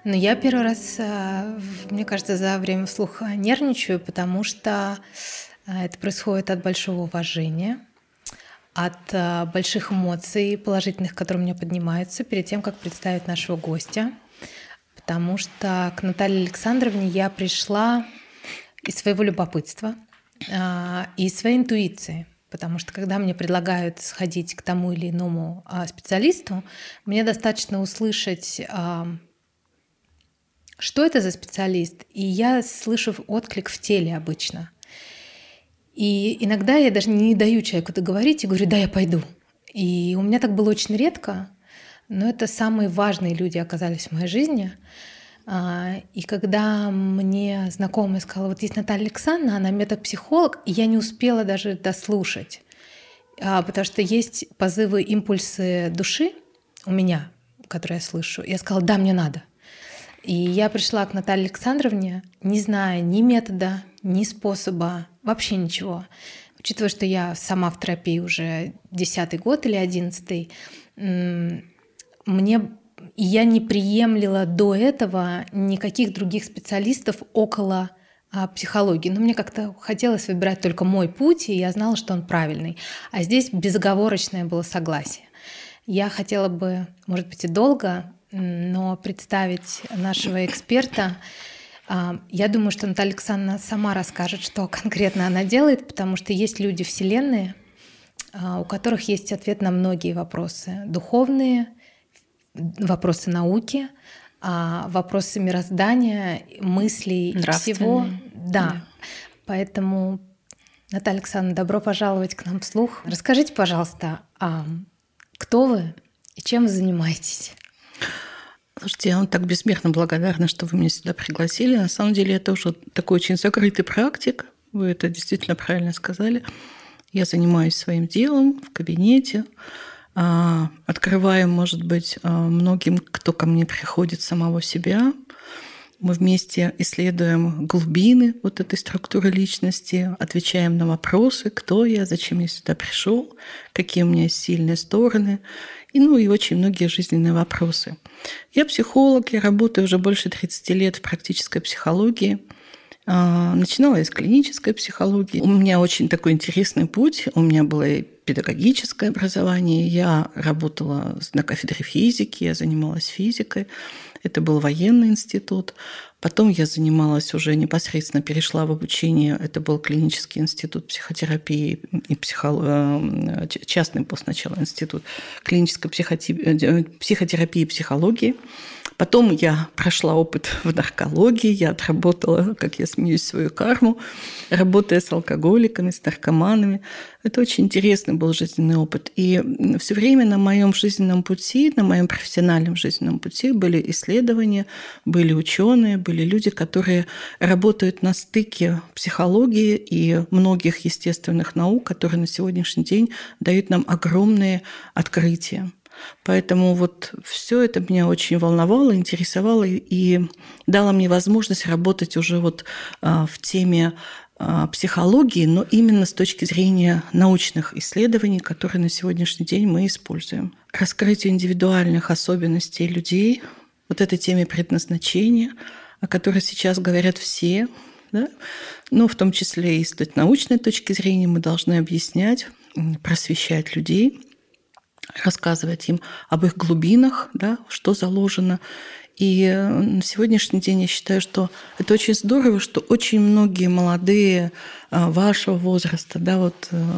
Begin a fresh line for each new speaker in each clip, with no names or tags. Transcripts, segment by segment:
Но я первый раз, мне кажется, за время вслуха нервничаю, потому что это происходит от большого уважения, от больших эмоций положительных, которые у меня поднимаются перед тем, как представить нашего гостя. Потому что к Наталье Александровне я пришла из своего любопытства и из своей интуиции. Потому что когда мне предлагают сходить к тому или иному специалисту, мне достаточно услышать, что это за специалист, и я слышу отклик в теле обычно. И иногда я даже не даю человеку договорить и говорю: да, я пойду. И у меня так было очень редко, но это самые важные люди оказались в моей жизни. И когда мне знакомая сказала: вот есть Наталья Александровна, она метапсихолог, и я не успела даже дослушать, потому что есть позывы, импульсы души у меня, которые я слышу. Я сказала: да, мне надо. И я пришла к Наталье Александровне, не зная ни метода, ни способа, вообще ничего. Учитывая, что я сама в терапии уже 10-й год или 11-й, я не приемлила до этого никаких других специалистов около психологии. Но мне как-то хотелось выбирать только мой путь, и я знала, что он правильный. А здесь безоговорочное было согласие. Я хотела бы, может быть, и долго, но представить нашего эксперта. Я думаю, что Наталья Александровна сама расскажет, что конкретно она делает, потому что есть люди Вселенной, у которых есть ответ на многие вопросы. Духовные, вопросы науки, вопросы мироздания, мыслей, всего. Да. Поэтому, Наталья Александровна, добро пожаловать к нам вслух. Расскажите, пожалуйста, кто вы и чем вы занимаетесь?
Слушайте, я вам так безмерно благодарна, что вы меня сюда пригласили. На самом деле это уже такой очень закрытый практик. Вы это действительно правильно сказали. Я занимаюсь своим делом в кабинете. Открываю, может быть, многим, кто ко мне приходит, самого себя. Мы вместе исследуем глубины вот этой структуры личности, отвечаем на вопросы: кто я, зачем я сюда пришел, какие у меня есть сильные стороны, и очень многие жизненные вопросы. Я психолог, я работаю уже больше 30 лет в практической психологии. Начинала я с клинической психологии. У меня очень такой интересный путь. У меня было и педагогическое образование. Я работала на кафедре физики, я занималась физикой. Это был военный институт. Потом я занималась уже непосредственно, перешла в обучение. Это был клинический институт психотерапии и частный был сначала институт клинической психотерапии и психологии. Потом я прошла опыт в наркологии, я отработала, как я смеюсь, свою карму, работая с алкоголиками, с наркоманами. Это очень интересный был жизненный опыт. И все время на моем жизненном пути, на моем профессиональном жизненном пути были исследования, были ученые, были люди, которые работают на стыке психологии и многих естественных наук, которые на сегодняшний день дают нам огромные открытия. Поэтому все это меня очень волновало, интересовало и дало мне возможность работать уже в теме психологии, но именно с точки зрения научных исследований, которые на сегодняшний день мы используем. Раскрытие индивидуальных особенностей людей, этой теме предназначения, о которой сейчас говорят все, да? В том числе и с научной точки зрения мы должны объяснять, просвещать людей, рассказывать им об их глубинах, да, что заложено. И на сегодняшний день я считаю, что это очень здорово, что очень многие молодые вашего возраста, да,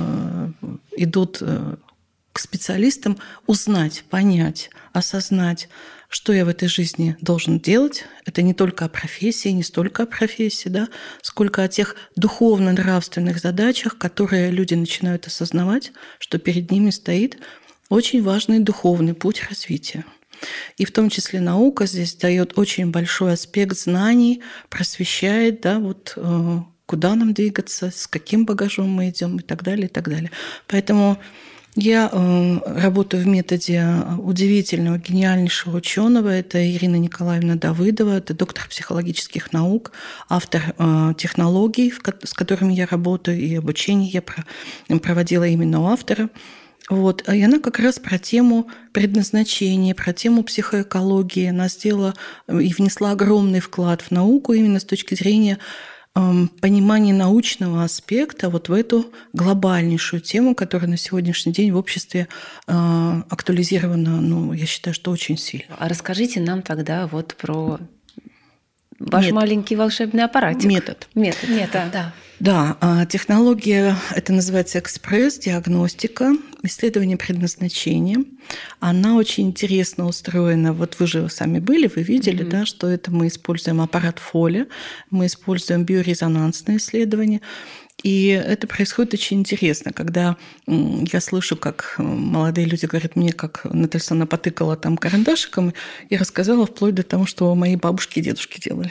идут к специалистам узнать, понять, осознать, что я в этой жизни должен делать. Это не только о профессии, не столько о профессии, да, сколько о тех духовно-нравственных задачах, которые люди начинают осознавать, что перед ними стоит очень важный духовный путь развития. И в том числе наука здесь дает очень большой аспект знаний, просвещает, да, куда нам двигаться, с каким багажом мы идем и так далее, и так далее. Поэтому я работаю в методе удивительного, гениальнейшего ученого. Это Ирина Николаевна Давыдова, это доктор психологических наук, автор технологий, с которыми я работаю, и обучение я проводила именно у автора. Вот. И она как раз про тему предназначения, про тему психоэкологии. Она сделала и внесла огромный вклад в науку именно с точки зрения понимания научного аспекта вот в эту глобальнейшую тему, которая на сегодняшний день в обществе актуализирована, я считаю, что очень сильно.
А расскажите нам тогда вот про ваш маленький волшебный аппаратик.
Метод,
да.
Да, технология, это называется экспресс-диагностика, исследование предназначения. Она очень интересно устроена. Вот вы же сами были, вы видели, да, что это мы используем аппарат Фоли, мы используем биорезонансное исследование. И это происходит очень интересно, когда я слышу, как молодые люди говорят мне, как Наталья Александровна потыкала там карандашиком и рассказала вплоть до того, что мои бабушки и дедушки делали.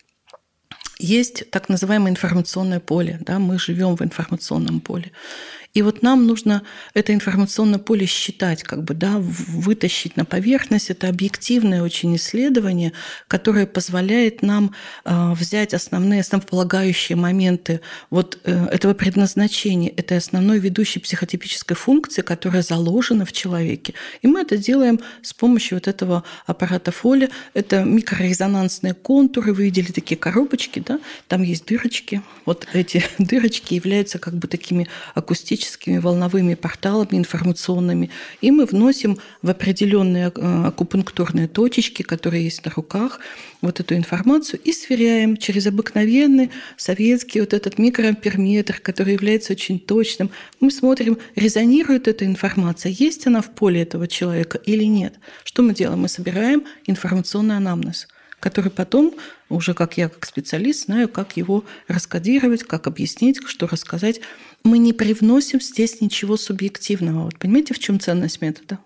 Есть так называемое информационное поле, да, мы живем в информационном поле. И вот нам нужно это информационное поле считать, вытащить на поверхность. Это объективное очень исследование, которое позволяет нам взять основополагающие моменты вот этого предназначения, этой основной ведущей психотипической функции, которая заложена в человеке. И мы это делаем с помощью вот этого аппарата Фоли. Это микрорезонансные контуры. Вы видели такие коробочки, да? Там есть дырочки. Вот эти дырочки являются такими акустическими волновыми порталами информационными, и мы вносим в определенные акупунктурные точечки, которые есть на руках, вот эту информацию и сверяем через обыкновенный советский вот этот микроамперметр, который является очень точным. Мы смотрим, резонирует эта информация, есть она в поле этого человека или нет. Что мы делаем? Мы собираем информационный анамнез, который потом, уже как я, как специалист, знаю, как его раскодировать, как объяснить, что рассказать. Мы не привносим здесь ничего субъективного. Вот понимаете, в чем ценность метода?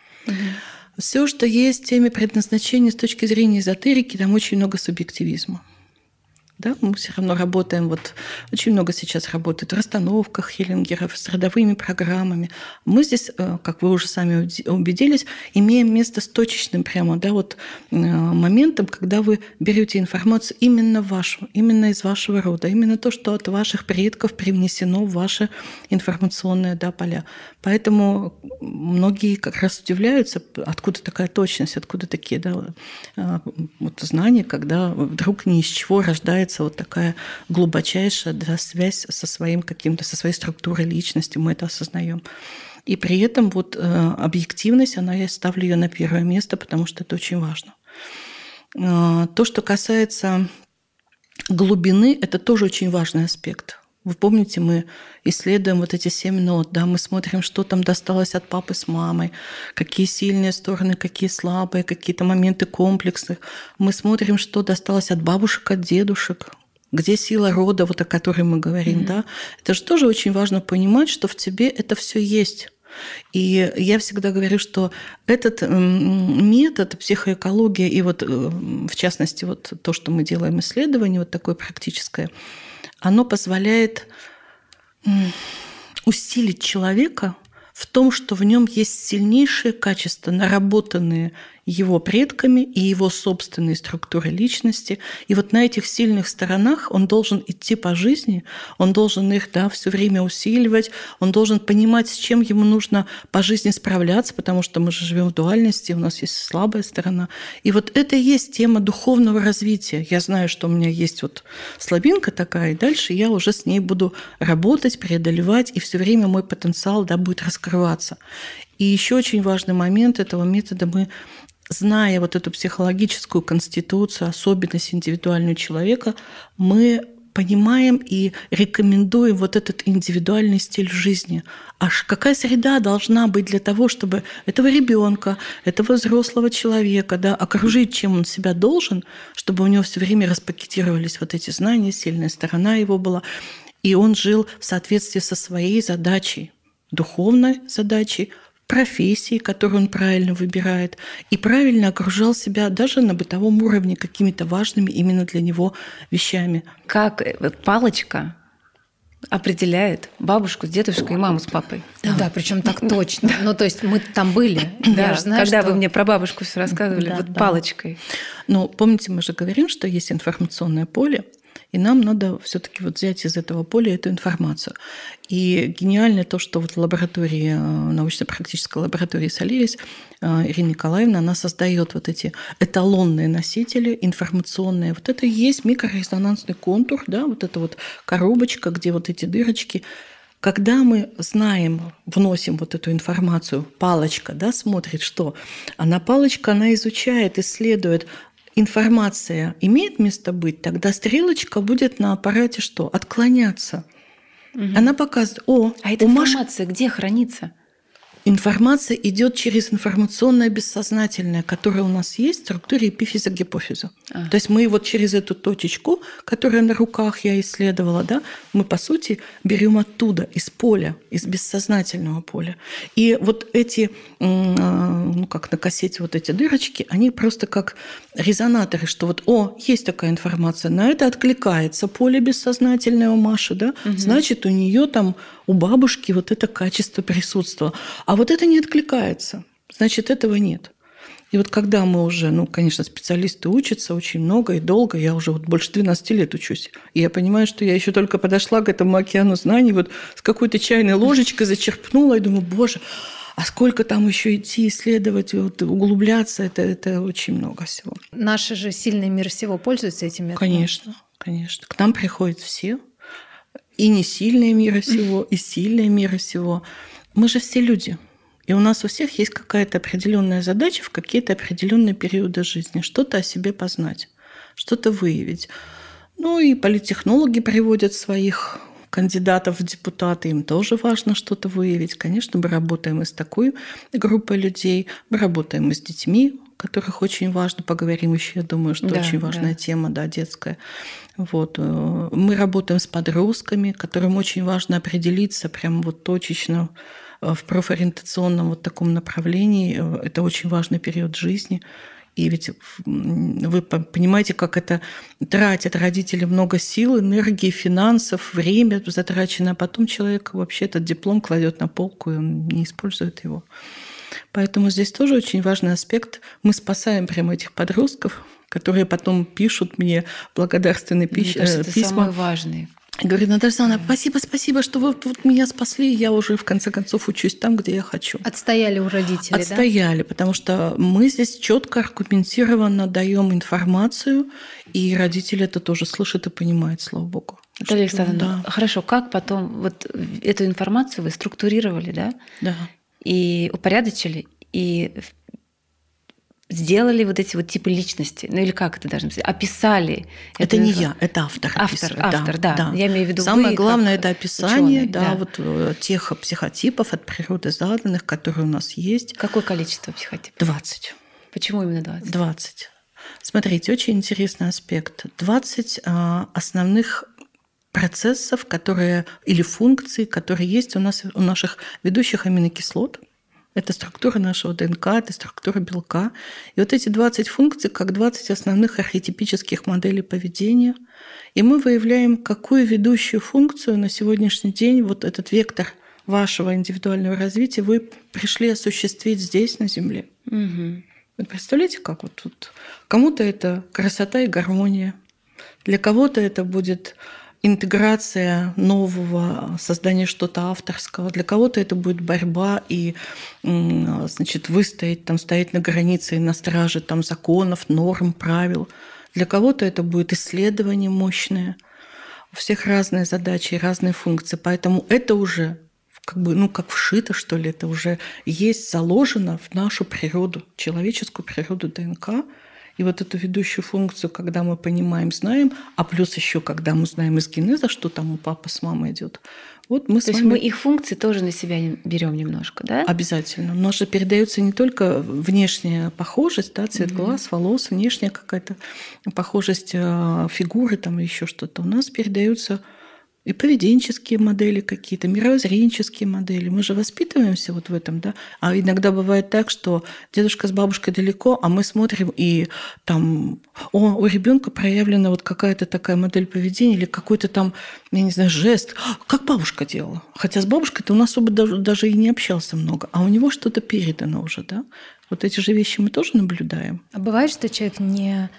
Все, что есть в теме предназначения с точки зрения эзотерики, там очень много субъективизма. Да, мы все равно работаем, очень много сейчас работает в расстановках хиллингеров, с родовыми программами. Мы здесь, как вы уже сами убедились, имеем место с точечным моментом, когда вы берете информацию именно вашу, именно из вашего рода, именно то, что от ваших предков привнесено в ваши информационные поля. Поэтому многие как раз удивляются, откуда такая точность, откуда такие знания, когда вдруг ни из чего рождается вот такая глубочайшая связь со своей структурой личности, мы это осознаем. И при этом объективность, я ставлю ее на первое место, потому что это очень важно. То, что касается глубины, это тоже очень важный аспект. Вы помните, мы исследуем эти 7 нот, да, мы смотрим, что там досталось от папы с мамой, какие сильные стороны, какие слабые, какие-то моменты комплексных. Мы смотрим, что досталось от бабушек, от дедушек, где сила рода, о которой мы говорим. Да. Это же тоже очень важно понимать, что в тебе это все есть. И я всегда говорю, что этот метод психоэкология и в частности то, что мы делаем исследование, такое практическое, оно позволяет усилить человека в том, что в нем есть сильнейшие качества, наработанные его предками и его собственной структурой личности. И на этих сильных сторонах он должен идти по жизни, он должен их все время усиливать, он должен понимать, с чем ему нужно по жизни справляться, потому что мы же живем в дуальности, у нас есть слабая сторона. И это и есть тема духовного развития. Я знаю, что у меня есть слабинка такая, и дальше я уже с ней буду работать, преодолевать, и все время мой потенциал будет раскрываться. И еще очень важный момент этого метода: мы, зная эту психологическую конституцию, особенность индивидуального человека, мы понимаем и рекомендуем этот индивидуальный стиль жизни. Аж какая среда должна быть для того, чтобы этого ребенка, этого взрослого человека окружить, чем он себя должен, чтобы у него все время распакетировались эти знания, сильная сторона его была, и он жил в соответствии со своей задачей, духовной задачей, профессии, которую он правильно выбирает, и правильно окружал себя даже на бытовом уровне какими-то важными именно для него вещами.
Как палочка определяет бабушку с дедушкой и маму с папой.
Да, причем так точно. То есть мы там были.
Когда вы мне про бабушку все рассказывали, палочкой.
Помните, мы же говорим, что есть информационное поле, И нам надо все-таки вот взять из этого поля эту информацию. И гениально то, что вот в лаборатории, научно-практической лаборатории Солерис, Ирина Николаевна, она создает вот эти эталонные носители информационные. Вот это и есть микрорезонансный контур, да, вот эта вот коробочка, где вот эти дырочки. Когда мы знаем, вносим вот эту информацию, палочка, да, смотрит, что? Она палочка, она изучает, исследует. Информация имеет место быть, тогда стрелочка будет на аппарате что? Отклоняться. Она показывает,
А эта информация где хранится?
Информация идет через информационное бессознательное, которое у нас есть в структуре эпифиза-гипофиза. То есть мы вот через эту точечку, которая на руках я исследовала, да, мы, по сути, берем оттуда, из поля, из бессознательного поля. И вот эти, как на кассете, вот эти дырочки, они просто как резонаторы, что вот, есть такая информация, на это откликается поле бессознательное у Маши, да, значит, у нее там, у бабушки вот это качество присутствовало. А вот это не откликается. Значит, этого нет. И вот когда мы уже, конечно, специалисты учатся очень много и долго, я уже вот больше 12 лет учусь, и я понимаю, что я еще только подошла к этому океану знаний, вот с какой-то чайной ложечкой зачерпнула, и думаю, боже, а сколько там еще идти, исследовать, вот, углубляться, это очень много всего.
Наши же сильные мира сего пользуются этим методом?
Конечно, конечно. К нам приходят все, и не сильные мира сего, и сильные мира сего. Мы же все люди. И у нас у всех есть какая-то определенная задача в какие-то определенные периоды жизни. Что-то о себе познать, что-то выявить. И политтехнологи приводят своих кандидатов в депутаты. Им тоже важно что-то выявить. Конечно, мы работаем и с такой группой людей. Мы работаем и с детьми, которых очень важно. Поговорим еще, я думаю, что очень важная тема, детская. Вот. Мы работаем с подростками, которым очень важно определиться прям вот точечно в профориентационном вот таком направлении. Это очень важный период жизни. И ведь вы понимаете, как это тратят родители много сил, энергии, финансов, время затрачено, а потом человек вообще этот диплом кладет на полку, и он не использует его. Поэтому здесь тоже очень важный аспект. Мы спасаем прямо этих подростков, которые потом пишут мне благодарственные письма.
Это самое важное.
Говорит, Наталья Александровна, спасибо, что вы вот меня спасли, я уже в конце концов учусь там, где я хочу.
Отстояли у родителей,
Отстояли, потому что мы здесь четко, аргументированно даем информацию, и родители это тоже слышат и понимают, слава богу.
Наталья Александровна, хорошо, как потом вот эту информацию вы структурировали, да?
Да.
И упорядочили, и сделали вот эти вот типы личности, или как это должно быть, описали.
Это не я, это автор.
Автор, да. Я имею в виду
самое главное это описание,
ученый,
вот тех психотипов от природы заданных, которые у нас есть.
Какое количество психотипов?
20.
Почему именно 20?
20. Смотрите, очень интересный аспект. 20 основных процессов, или функций, которые есть у нас у наших ведущих аминокислот. Это структура нашего ДНК, это структура белка. И вот эти 20 функций, как 20 основных архетипических моделей поведения. И мы выявляем, какую ведущую функцию на сегодняшний день вот этот вектор вашего индивидуального развития вы пришли осуществить здесь, на Земле.
Угу.
Вы представляете, как вот тут? Кому-то это красота и гармония. Для кого-то это будет интеграция нового, создание что-то авторского. Для кого-то это будет борьба и, выстоять, стоять на границе и на страже законов, норм, правил. Для кого-то это будет исследование мощное. У всех разные задачи и разные функции. Поэтому это уже как вшито, что ли, это уже есть, заложено в нашу природу, человеческую природу ДНК. И вот эту ведущую функцию, когда мы понимаем, знаем, а плюс еще, когда мы знаем из генеза, что там у папы с мамой идет, вот мы с вами...
То есть мы их функции тоже на себя берем немножко, да?
Обязательно. У нас же передается не только внешняя похожесть, цвет глаз, волос, внешняя какая-то похожесть фигуры, еще что-то. У нас передаются и поведенческие модели какие-то, мировоззренческие модели. Мы же воспитываемся вот в этом, да? А иногда бывает так, что дедушка с бабушкой далеко, а мы смотрим, и у ребенка проявлена вот какая-то такая модель поведения или какой-то я не знаю, жест, как бабушка делала. Хотя с бабушкой-то он особо даже и не общался много, а у него что-то передано уже, да? Вот эти же вещи мы тоже наблюдаем.
А бывает, что человек не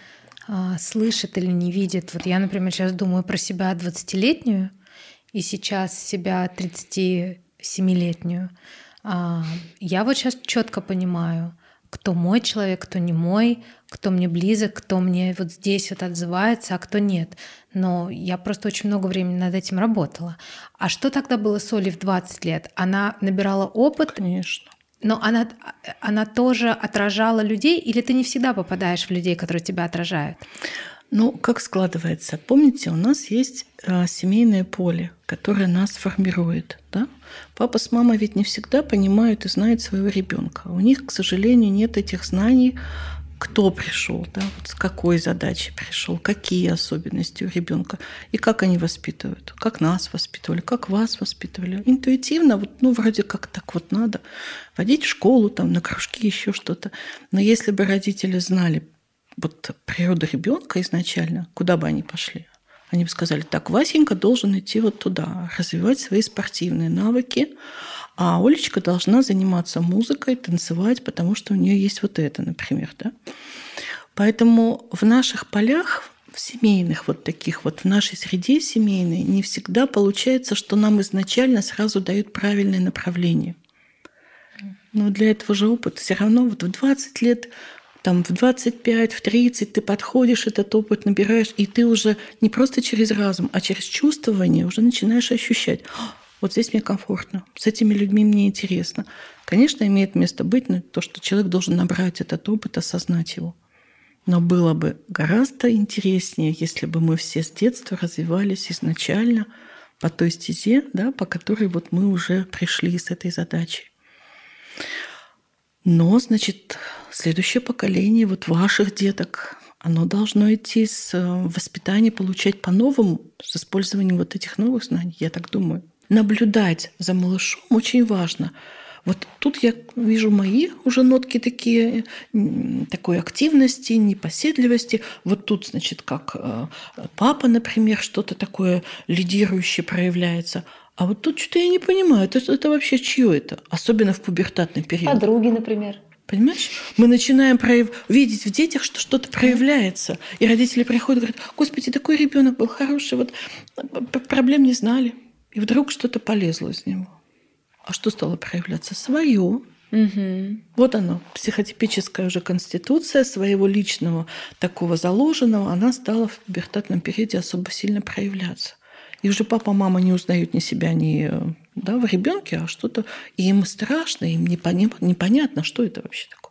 слышит или не видит. Вот я, например, сейчас думаю про себя 20-летнюю и сейчас себя 37-летнюю. Я вот сейчас четко понимаю, кто мой человек, кто не мой, кто мне близок, кто мне вот здесь вот отзывается, а кто нет. Но я просто очень много времени над этим работала. А что тогда было с Олей в 20 лет? Она набирала опыт,
Конечно.
но она тоже отражала людей, или ты не всегда попадаешь в людей, которые тебя отражают?
Ну, как складывается? Помните, у нас есть семейное поле, которое нас формирует. Да? Папа с мамой ведь не всегда понимают и знают своего ребенка. У них, к сожалению, нет этих знаний, кто пришел, да, вот с какой задачей пришел, какие особенности у ребенка и как они воспитывают, как нас воспитывали, как вас воспитывали. Интуитивно, вот, ну, вроде как так вот надо водить в школу, там, на кружки, еще что-то. Но если бы родители знали вот природу ребенка изначально, куда бы они пошли? Они бы сказали, так, Васенька должен идти вот туда, развивать свои спортивные навыки, а Олечка должна заниматься музыкой, танцевать, потому что у нее есть вот это, например. Да? Поэтому в наших полях, в семейных вот таких вот, в нашей среде семейной, не всегда получается, что нам изначально сразу дают правильное направление. Но для этого же опыт все равно вот в 20 лет, там, в 25, в 30 ты подходишь, этот опыт набираешь, и ты уже не просто через разум, а через чувствование уже начинаешь ощущать. Вот здесь мне комфортно, с этими людьми мне интересно. Конечно, имеет место быть то, что человек должен набрать этот опыт, осознать его. Но было бы гораздо интереснее, если бы мы все с детства развивались изначально по той стезе, да, по которой вот мы уже пришли с этой задачей. Но, значит, следующее поколение вот ваших деток, оно должно идти с воспитания, получать по-новому, с использованием вот этих новых знаний, я так думаю. Наблюдать за малышом очень важно. Вот тут я вижу мои уже нотки такие, такой активности, непоседливости. Вот тут, значит, как папа, например, что-то такое лидирующее проявляется. А вот тут что-то я не понимаю, это вообще чье это? Особенно в пубертатный период.
Подруги, например.
Понимаешь? Мы начинаем видеть в детях, что что-то проявляется. И родители приходят и говорят, Господи, такой ребенок был хороший, вот проблем не знали. И вдруг что-то полезло из него. А что стало проявляться? Свое.
Угу.
Вот оно, психотипическая уже конституция своего личного такого заложенного, она стала в пубертатном периоде особо сильно проявляться. И уже папа, мама не узнают ни себя, ни в ребенке, а что-то. И им страшно, им непонятно, что это вообще такое.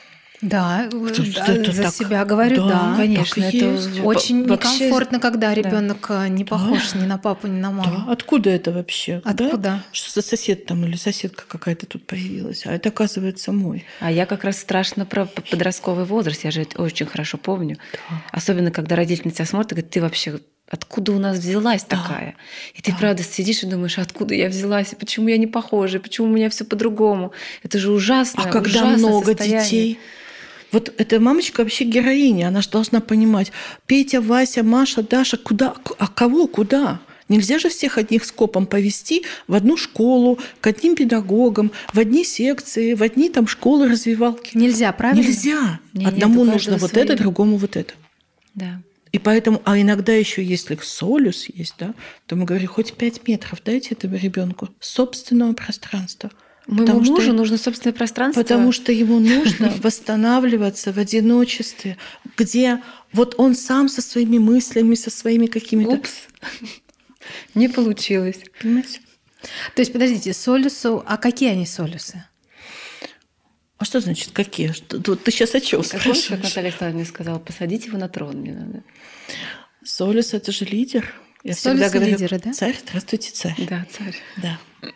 Да,
это
за
так,
себя говорю, да.
Конечно, это
очень
вообще
некомфортно, когда ребенок не похож ни на папу, ни на маму.
Да, откуда это вообще?
Откуда?
Да? Что за сосед там или соседка какая-то тут появилась, а это, оказывается, мой.
А я как раз страшно про подростковый возраст, я же это очень хорошо помню.
Да.
Особенно, когда родители на тебя смотрят и говорят, ты вообще откуда у нас взялась такая? И ты правда сидишь и думаешь, откуда я взялась, и почему я не похожа, и почему у меня все по-другому? Это же ужасно.
А когда много детей? Вот эта мамочка вообще героиня, она же должна понимать, Петя, Вася, Маша, Даша, куда, а кого, куда? Нельзя же всех одних скопом повести в одну школу, к одним педагогам, в одни секции, в одни там школы, развивалки.
Нельзя, правильно?
Нельзя.
Нет,
одному нужно вот это, другому вот это.
Да.
И поэтому, а иногда еще, если солюс есть, да, то мы говорим, хоть 5 метров дайте этому ребенку собственного пространства.
Моему мужу нужно собственное пространство.
Потому что ему нужно восстанавливаться в одиночестве, где вот он сам со своими мыслями, со своими какими-то...
Упс, не получилось.
Понимаете?
То есть, подождите, солюсу, а какие они солюсы?
А что значит какие? Ты сейчас о чем спрашиваешь?
Как Наталья Александровна сказала, посадить его на трон мне надо.
Солюс – это же лидер. Я
Солюсы
всегда говорю,
лидеры, да?
Царь, здравствуйте, царь.
Да, царь.
Да.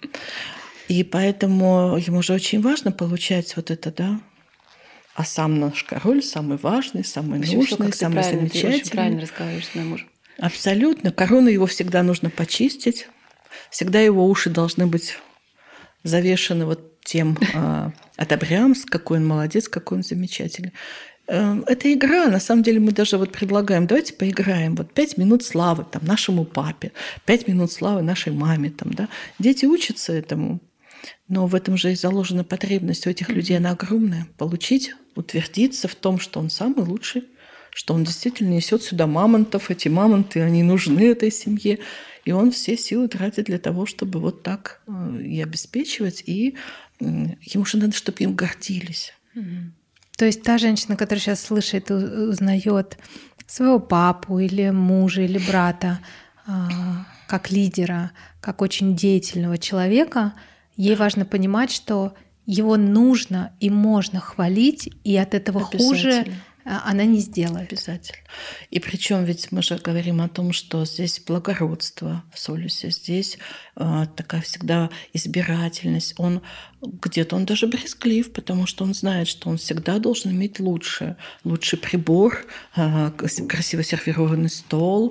И поэтому ему же очень важно получать вот это, да. А сам наш король самый важный, самый нужный, самый замечательный.
Ты очень правильно разговариваешь с моим мужем.
Абсолютно. Корону его всегда нужно почистить. Всегда его уши должны быть завешены вот тем одобрям, какой он молодец, какой он замечательный. Это игра. На самом деле мы даже вот предлагаем, давайте поиграем. Вот 5 минут славы там, нашему папе, 5 минут славы нашей маме. Там, да. Дети учатся этому. Но в этом же и заложена потребность у этих людей, она огромная. Получить, утвердиться в том, что он самый лучший что он действительно несет сюда мамонтов, эти мамонты, они нужны этой семье, и он все силы тратит для того, чтобы вот так и обеспечивать, и ему же надо, чтобы им гордились.
То есть та женщина, которая сейчас слышит и узнает своего папу или мужа или брата как лидера, как очень деятельного человека, ей важно понимать, что его нужно и можно хвалить, и от этого хуже она не сделает.
Обязательно. И причем ведь мы же говорим о том, что здесь благородство в Солюсе, здесь такая всегда избирательность. Он где-то он даже брезглив, потому что он знает, что он всегда должен иметь лучший прибор, красиво сервированный стол,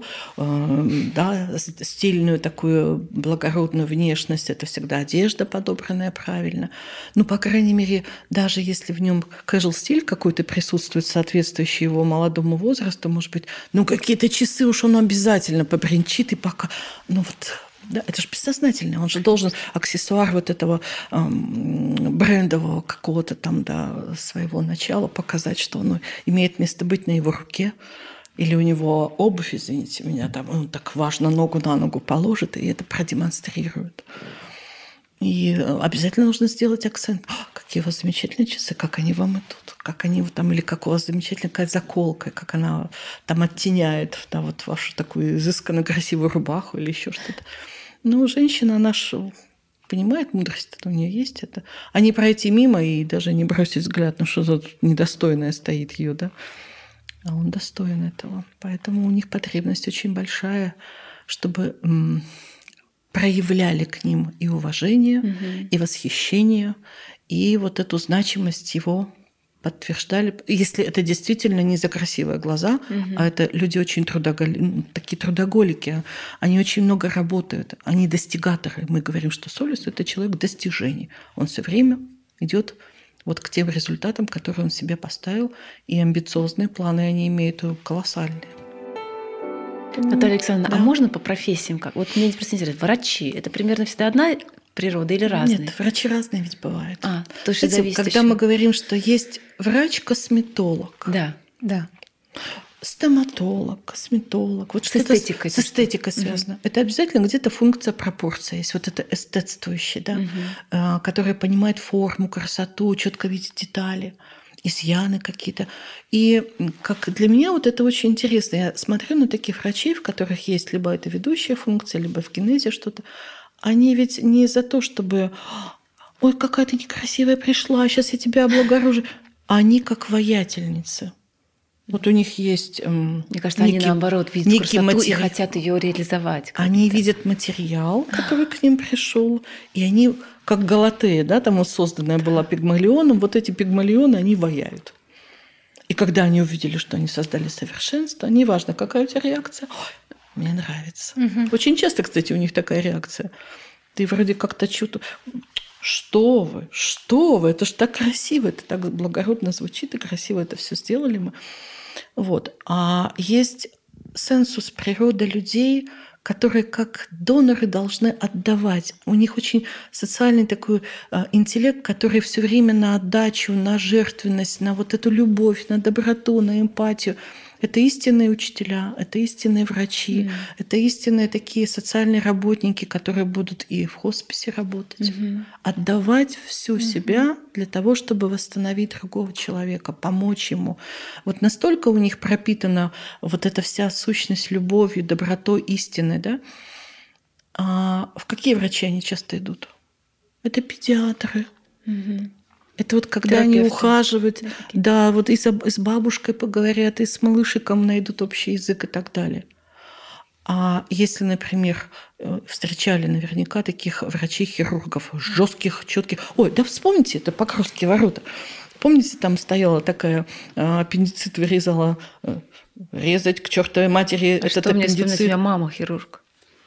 да, стильную такую благородную внешность. Это всегда одежда, подобранная правильно. Ну, по крайней мере, даже если в нем casual стиль какой-то присутствует, соответствующий его молодому возрасту, может быть, ну, какие-то часы уж он обязательно побренчит и пока... Ну, вот... Да, это же бессознательно. Он же должен аксессуар вот этого брендового какого-то там, да, своего начала показать, что он имеет место быть на его руке. Или у него обувь, извините меня, там он так важно ногу на ногу положит, и это продемонстрирует. И обязательно нужно сделать акцент. Какие у вас замечательные часы, как они вам идут, как они там, или как у вас замечательная какая заколка, как она там оттеняет, да, вот вашу такую изысканно красивую рубаху или еще что-то. Ну, женщина, она ж понимает мудрость, это у нее есть это. А не пройти мимо и даже не бросить взгляд, ну что тут недостойное стоит ее, да? А он достоин этого. Поэтому у них потребность очень большая, чтобы проявляли к ним и уважение, и восхищение, и вот эту значимость его подтверждали. Если это действительно не за красивые глаза, а это люди очень такие трудоголики, они очень много работают, они достигаторы. Мы говорим, что Солюс – это человек достижений. Он все время идет вот к тем результатам, которые он себе поставил, и амбициозные планы они имеют колоссальные.
Наталья Александровна,
да.
А можно по профессиям? Вот меня просто интересует, врачи – это примерно всегда одна природа или разные?
Нет, врачи разные ведь бывают.
То есть
Знаете,
зависит
когда
еще.
мы говорим, что есть врач-косметолог,
Да.
стоматолог, косметолог, вот
С эстетикой.
с эстетикой связано. Это обязательно где-то функция пропорции есть. Вот это эстетствующий, да, который понимает форму, красоту, четко видит детали, изъяны какие-то. И как для меня вот это очень интересно. Я смотрю на таких врачей, в которых есть либо это ведущая функция, либо в генезе что-то. Они ведь не за то, чтобы «Ой, какая ты некрасивая пришла, сейчас я тебя облагорожу». Они как воятельницы. Вот у них есть
Мне кажется, они наоборот видят красоту и хотят ее реализовать.
Они видят материал, который к ним пришел, и они, как Галатея, да, там вот созданная была Пигмалионом, вот эти Пигмалионы, они ваяют. И когда они увидели, что они создали совершенство, неважно, какая у тебя реакция, «Ой, мне нравится». Очень часто, кстати, у них такая реакция. Ты вроде как-то чувствуешь, что вы, это же так красиво, это так благородно звучит, и красиво это все сделали мы. Вот. А есть сенсус природы людей, которые как доноры должны отдавать. У них очень социальный такой интеллект, который все время на отдачу, на жертвенность, на вот эту любовь, на доброту, на эмпатию. Это истинные учителя, это истинные врачи, это истинные такие социальные работники, которые будут и в хосписе работать. Отдавать всю себя для того, чтобы восстановить другого человека, помочь ему. Вот настолько у них пропитана вот эта вся сущность любовью, добротой, истины. Да? А в какие врачи они часто идут? Это педиатры. Это вот когда они ухаживают, да, вот и с бабушкой поговорят, и с малышиком найдут общий язык и так далее. А если, например, встречали наверняка таких врачей-хирургов, жестких, четких. Ой, да вспомните, это Покровские ворота. Помните, там стояла такая, аппендицит вырезала, резать к чертовой матери этот аппендицит.
У меня мама хирург.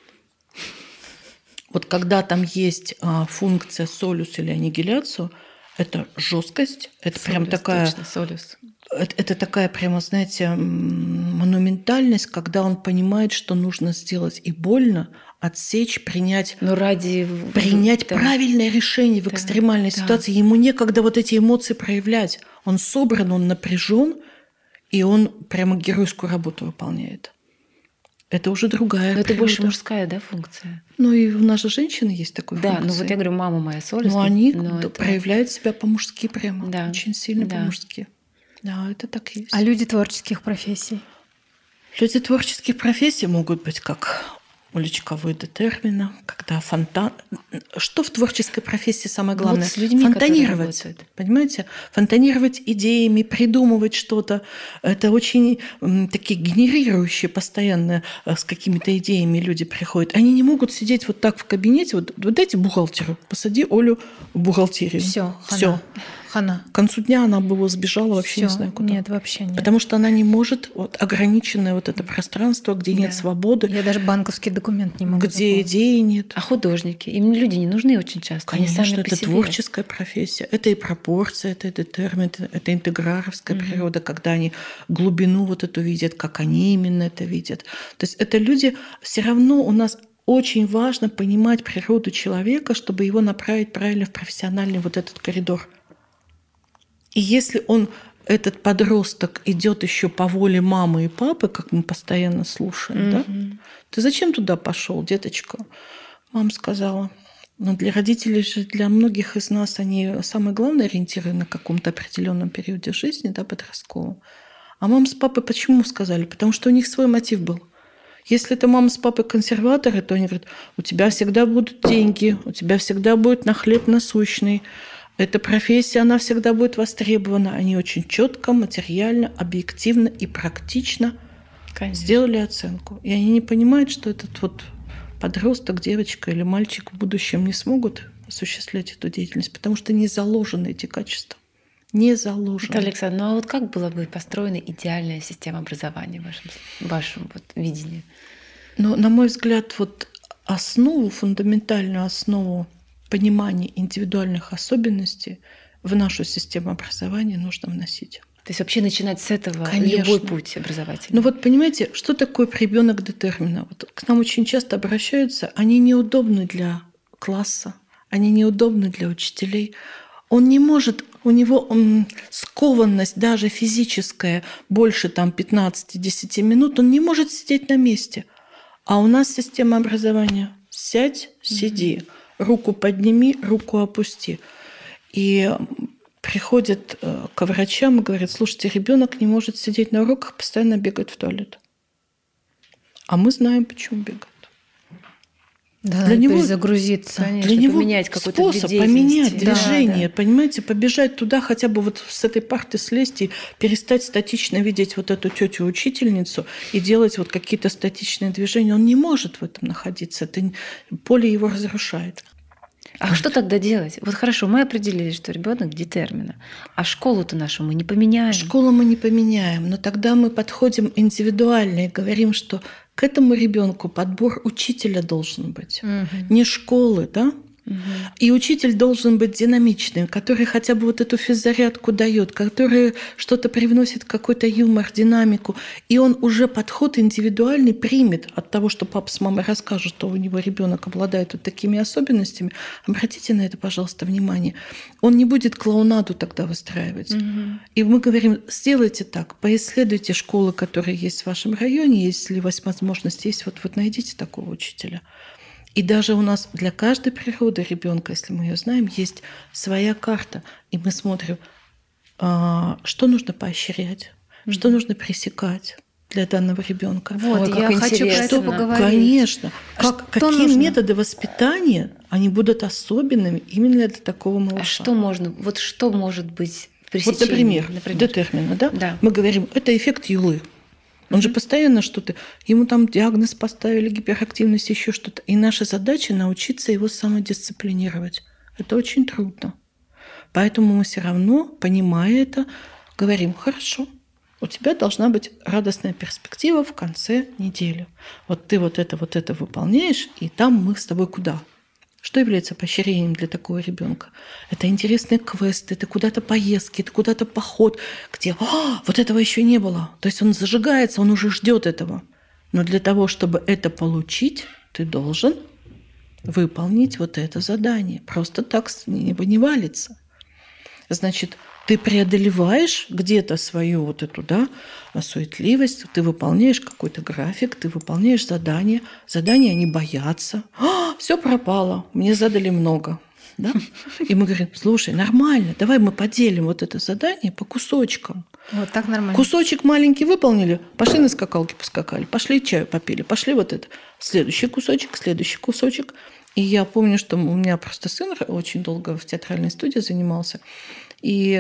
Вот когда там есть функция солюс или аннигиляцию, это жесткость, это солюс, прям такая,
точно, солюс.
Это такая прямо, знаете, монументальность, когда он понимает, что нужно сделать и больно, отсечь, принять правильное решение в экстремальной ситуации. Ему некогда вот эти эмоции проявлять. Он собран, он напряжен, и он прямо геройскую работу выполняет. Это уже другая
Но это
природа.
больше мужская, да, функция?
Ну и у нас же женщины есть такой
Да,
функции.
ну вот я говорю, мама моя солист.
Но они
это...
проявляют себя по-мужски прямо.
Да.
Очень сильно
Да.
по-мужски. Да, это так и есть.
А люди творческих профессий?
Люди творческих профессий могут быть как Олечка детермина, когда фонтан... Что в творческой профессии самое главное?
Вот с людьми,
фонтанировать.
которые работают.
Понимаете? Фонтанировать идеями, придумывать что-то. Это очень такие генерирующие постоянно с какими-то идеями люди приходят. Они не могут сидеть вот так в кабинете. Вот дайте бухгалтеру, посади Олю в бухгалтерию.
Все, хана.
К концу дня она бы сбежала вообще не
Всё.
знаю куда.
Нет, вообще нет.
Потому что она не может, вот ограниченное вот это пространство, где нет свободы,
Я даже банковский документ не могу
где
заполнить.
идеи нет.
А художники? Им люди не нужны очень часто. Они
Конечно,
сами по
это
себе.
творческая профессия. Это и пропорция, это и детермин, это интеграровская природа, когда они глубину вот эту видят, как они именно это видят. То есть это люди, все равно у нас очень важно понимать природу человека, чтобы его направить правильно в профессиональный вот этот коридор. И если он, этот подросток, идет еще по воле мамы и папы, как мы постоянно слушаем, да? Ты зачем туда пошел, деточка? Мама сказала. Но для родителей же, для многих из нас, они самые главные ориентиры на каком-то определенном периоде жизни, да, подростковом. А мама с папой почему сказали? Потому что у них свой мотив был. Если это мама с папой консерваторы, то они говорят, у тебя всегда будут деньги, у тебя всегда будет на хлеб насущный. Эта профессия, она всегда будет востребована. Они очень четко, материально, объективно и практично сделали оценку. И они не понимают, что этот вот подросток, девочка или мальчик в будущем не смогут осуществлять эту деятельность, потому что не заложены эти качества. Не заложены.
Александр, ну а вот как была бы построена идеальная система образования в вашем вот видении?
Но, на мой взгляд, вот основу, фундаментальную основу понимания индивидуальных особенностей в нашу систему образования нужно вносить.
То есть вообще начинать с этого
Конечно.
любой путь образовательный.
Ну вот понимаете, что такое ребенок детермина? Вот к нам очень часто обращаются, они неудобны для класса, они неудобны для учителей. Он не может, у него скованность даже физическая больше там 15-10 минут, он не может сидеть на месте. А у нас система образования сядь, сиди, руку подними, руку опусти. И приходят к врачам и говорят, слушайте, ребенок не может сидеть на уроках, постоянно бегает в туалет. А мы знаем, почему бегает.
Да,
для него
перезагрузиться.
Конечно,
для него
поменять какой-то вид
способ
деятельности.
поменять движение,
Да.
понимаете, побежать туда, хотя бы вот с этой парты слезть и перестать статично видеть вот эту тетю-учительницу и делать вот какие-то статичные движения. Он не может в этом находиться. Это поле его разрушает.
А что тогда делать? Вот хорошо, мы определили, что ребенок детермина, а школу-то нашу мы не поменяем.
Школу мы не поменяем, но тогда мы подходим индивидуально и говорим, что к этому ребенку подбор учителя должен быть, не школы, да? И учитель должен быть динамичным, который хотя бы вот эту физзарядку дает, который что-то привносит, какой-то юмор, динамику. И он уже подход индивидуальный примет от того, что папа с мамой расскажут, что у него ребенок обладает вот такими особенностями. Обратите на это, пожалуйста, внимание. Он не будет клоунаду тогда выстраивать. И мы говорим, сделайте так, поисследуйте школы, которые есть в вашем районе, если у вас возможность есть, вот найдите такого учителя. И даже у нас для каждой природы ребенка, если мы ее знаем, есть своя карта. И мы смотрим, что нужно поощрять, что нужно пресекать для данного ребенка.
Вот,
Ой,
я
как
хочу про это
интересно.
поговорить.
Конечно.
Что
Какие
нужно?
методы воспитания, они будут особенными именно для такого малыша.
А что можно, вот что может быть в пресечении?
Вот, например, детермина, да?
Да.
Мы говорим, это эффект Юлы. Он же постоянно что-то, ему там диагноз поставили, гиперактивность, еще что-то. И наша задача научиться его самодисциплинировать. Это очень трудно. Поэтому мы все равно, понимая это, говорим, хорошо, у тебя должна быть радостная перспектива в конце недели. Вот ты вот это выполняешь, и там мы с тобой куда? Что является поощрением для такого ребенка? Это интересные квесты, это куда-то поездки, это куда-то поход, где вот этого еще не было. То есть он зажигается, он уже ждет этого. Но для того, чтобы это получить, ты должен выполнить вот это задание. Просто так с неба не валится. Значит, Ты преодолеваешь где-то свою вот эту, да, суетливость, ты выполняешь какой-то график, ты выполняешь задания. Задания они боятся. Все пропало, мне задали много. Да? И мы говорим, слушай, нормально, давай мы поделим вот это задание по кусочкам.
Вот так нормально.
Кусочек маленький выполнили, пошли на скакалке поскакали, пошли чаю попили, пошли вот это. Следующий кусочек. И я помню, что у меня просто сын очень долго в театральной студии занимался. И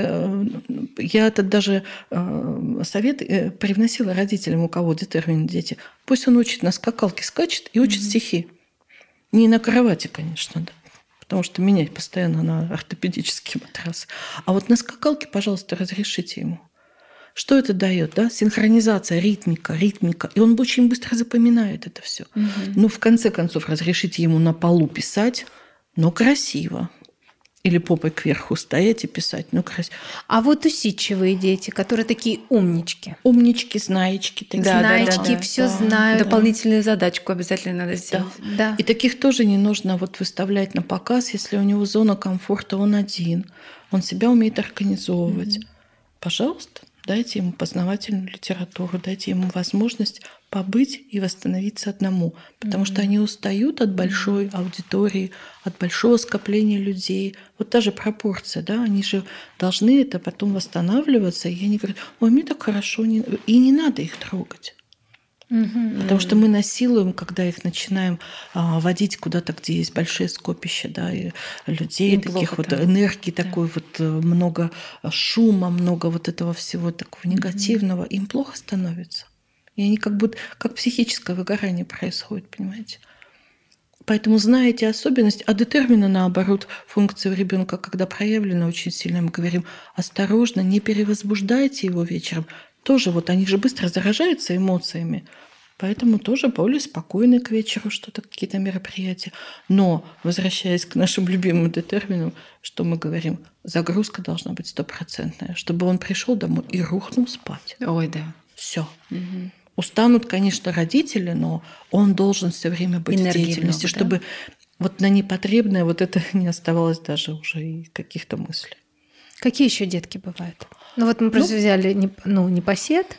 я этот даже совет привносила родителям, у кого детермин дети. Пусть он учит на скакалке, скачет и учит стихи. Не на кровати, конечно, да. Потому что менять постоянно на ортопедический матрас. А вот на скакалке, пожалуйста, разрешите ему. Что это дает? Да? Синхронизация, ритмика. И он очень быстро запоминает это все. Ну, в конце концов, разрешите ему на полу писать, но красиво. Или попой кверху стоять и писать. Ну, красиво.
А вот усидчивые дети, которые такие умнички.
Умнички, знаечки. Такие.
Знаечки, все знают.
Дополнительную задачку обязательно надо сделать.
Да.
И таких тоже не нужно вот выставлять на показ, если у него зона комфорта, он один. Он себя умеет организовывать. Пожалуйста, дайте ему познавательную литературу, дайте ему возможность побыть и восстановиться одному. Потому что они устают от большой аудитории, от большого скопления людей. Вот та же пропорция, да, они же должны это потом восстанавливаться. И они говорят, ой, мне так хорошо, и не надо их трогать. Потому что мы насилуем, когда их начинаем водить куда-то, где есть большие скопища, да, и людей, им таких вот энергий, такой вот много шума, много вот этого всего такого негативного. Им плохо становится. И они как будто как психическое выгорание происходит, понимаете? Поэтому знаете особенность, а детермина, наоборот, функция у ребенка, когда проявлена очень сильно, мы говорим, осторожно, не перевозбуждайте его вечером. Тоже вот они же быстро заражаются эмоциями, поэтому тоже более спокойны к вечеру, что-то, какие-то мероприятия. Но, возвращаясь к нашим любимым детерминам, что мы говорим, загрузка должна быть 100%, чтобы он пришел домой и рухнул спать.
Ой, да.
Все. Устанут, конечно, родители, но он должен все время быть в деятельности, много, чтобы вот на непотребное вот это не оставалось даже уже и каких-то мыслей.
Какие еще детки бывают? Ну вот мы просто взяли непосед,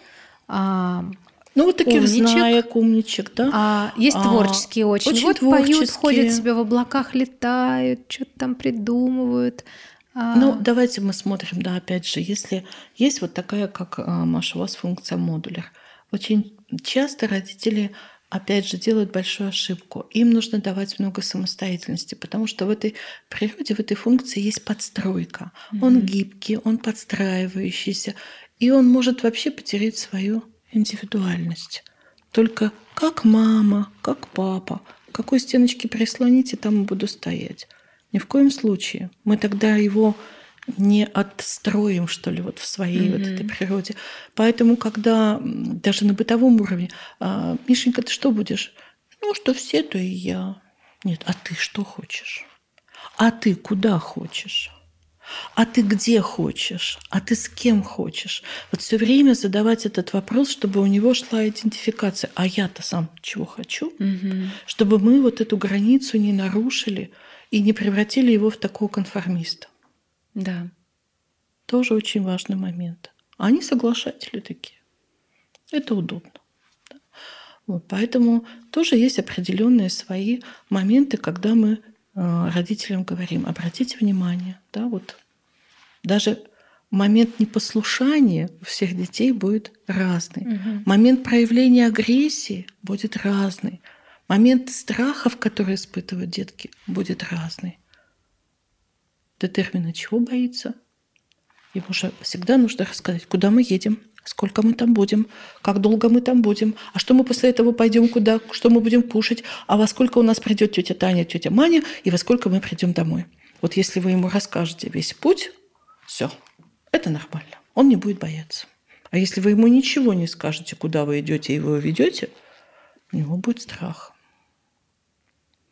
вот таких знаек, умничек, да.
Есть творческие очень. Вот
творческие.
Поют, ходят себе в облаках, летают, что-то там придумывают.
Давайте мы смотрим, да, опять же, если есть вот такая, как, Маша, у вас функция модуляр. Очень часто родители, опять же, делают большую ошибку. Им нужно давать много самостоятельности, потому что в этой природе, в этой функции есть подстройка. Он гибкий, он подстраивающийся, и он может вообще потерять свою индивидуальность. Только как мама, как папа, к какой стеночке прислоните, там и буду стоять. Ни в коем случае. Мы тогда его не отстроим, что ли, вот в своей вот этой природе. Поэтому, когда даже на бытовом уровне, Мишенька, ты что будешь? Ну, что все, то и я. Нет, а ты что хочешь? А ты куда хочешь? А ты где хочешь? А ты с кем хочешь? Вот все время задавать этот вопрос, чтобы у него шла идентификация. А я-то сам чего хочу? Чтобы мы вот эту границу не нарушили и не превратили его в такого конформиста.
Да.
Тоже очень важный момент. Они соглашатели такие. Это удобно. Да? Вот, поэтому тоже есть определенные свои моменты, когда мы родителям говорим, обратите внимание, да, вот даже момент непослушания у всех детей будет разный. Момент проявления агрессии будет разный. Момент страхов, которые испытывают детки, будет разный. Детермина чего боится? Ему же всегда нужно рассказать, куда мы едем, сколько мы там будем, как долго мы там будем, а что мы после этого пойдем куда, что мы будем кушать, а во сколько у нас придет тетя Таня, тетя Маня, и во сколько мы придем домой. Вот если вы ему расскажете весь путь, все, это нормально, он не будет бояться. А если вы ему ничего не скажете, куда вы идете и вы его ведете, у него будет страх.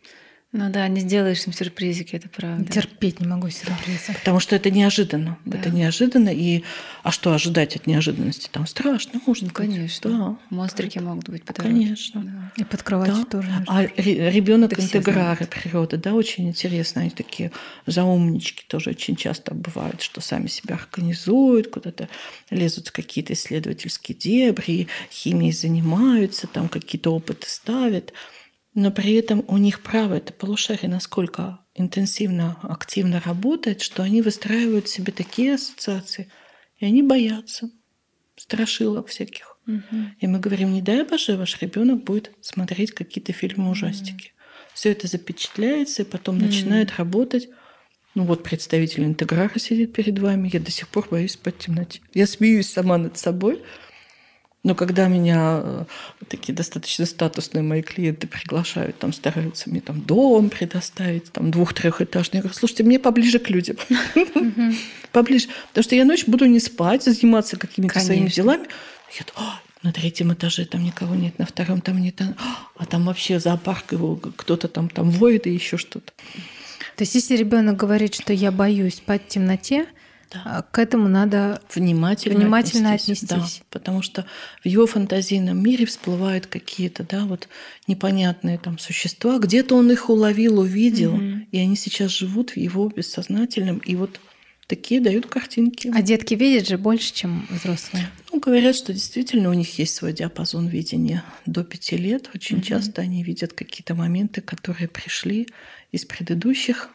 Ну да, не сделаешь им сюрпризики, это правда.
Терпеть не могу сюрпризы.
Потому что это неожиданно.
Да.
Это неожиданно. А что ожидать от неожиданности? Там страшно, может быть.
Конечно.
Да.
Монстрики могут быть по дороге.
Конечно.
Да.
И под кроватью
Да.
тоже.
А ребенок
Это все
интеграры природы, да, очень интересно. Они такие заумнички тоже очень часто бывают, что сами себя организуют, куда-то лезут в какие-то исследовательские дебри, химией занимаются, там какие-то опыты ставят. Но при этом у них правое это полушарие насколько интенсивно, активно работает, что они выстраивают себе такие ассоциации, и они боятся страшилок всяких. И мы говорим, не дай Боже, ваш ребенок будет смотреть какие-то фильмы-ужастики. Все это запечатляется, и потом начинает работать. Ну вот представитель интеграра сидит перед вами, я до сих пор боюсь спать в темноте. Я смеюсь сама над собой. Но когда меня такие достаточно статусные мои клиенты приглашают, там стараются мне там дом предоставить, там 2-3-этажный, я говорю, слушайте, мне поближе к людям. Поближе. Потому что я ночью буду не спать, заниматься какими-то своими делами. Я думаю, на 3-м этаже там никого нет, на 2-м там нет, а там вообще зоопарк, его кто-то там воет и еще что-то.
То есть, если ребенок говорит, что я боюсь спать в темноте, да, к этому надо внимательно отнестись.
Да, потому что в его фантазийном мире всплывают какие-то, да, вот непонятные там существа. Где-то он их уловил, увидел, и они сейчас живут в его бессознательном, и вот такие дают картинки.
А детки видят же больше, чем взрослые?
Ну, говорят, что действительно у них есть свой диапазон видения до 5 лет. Очень часто они видят какие-то моменты, которые пришли из предыдущего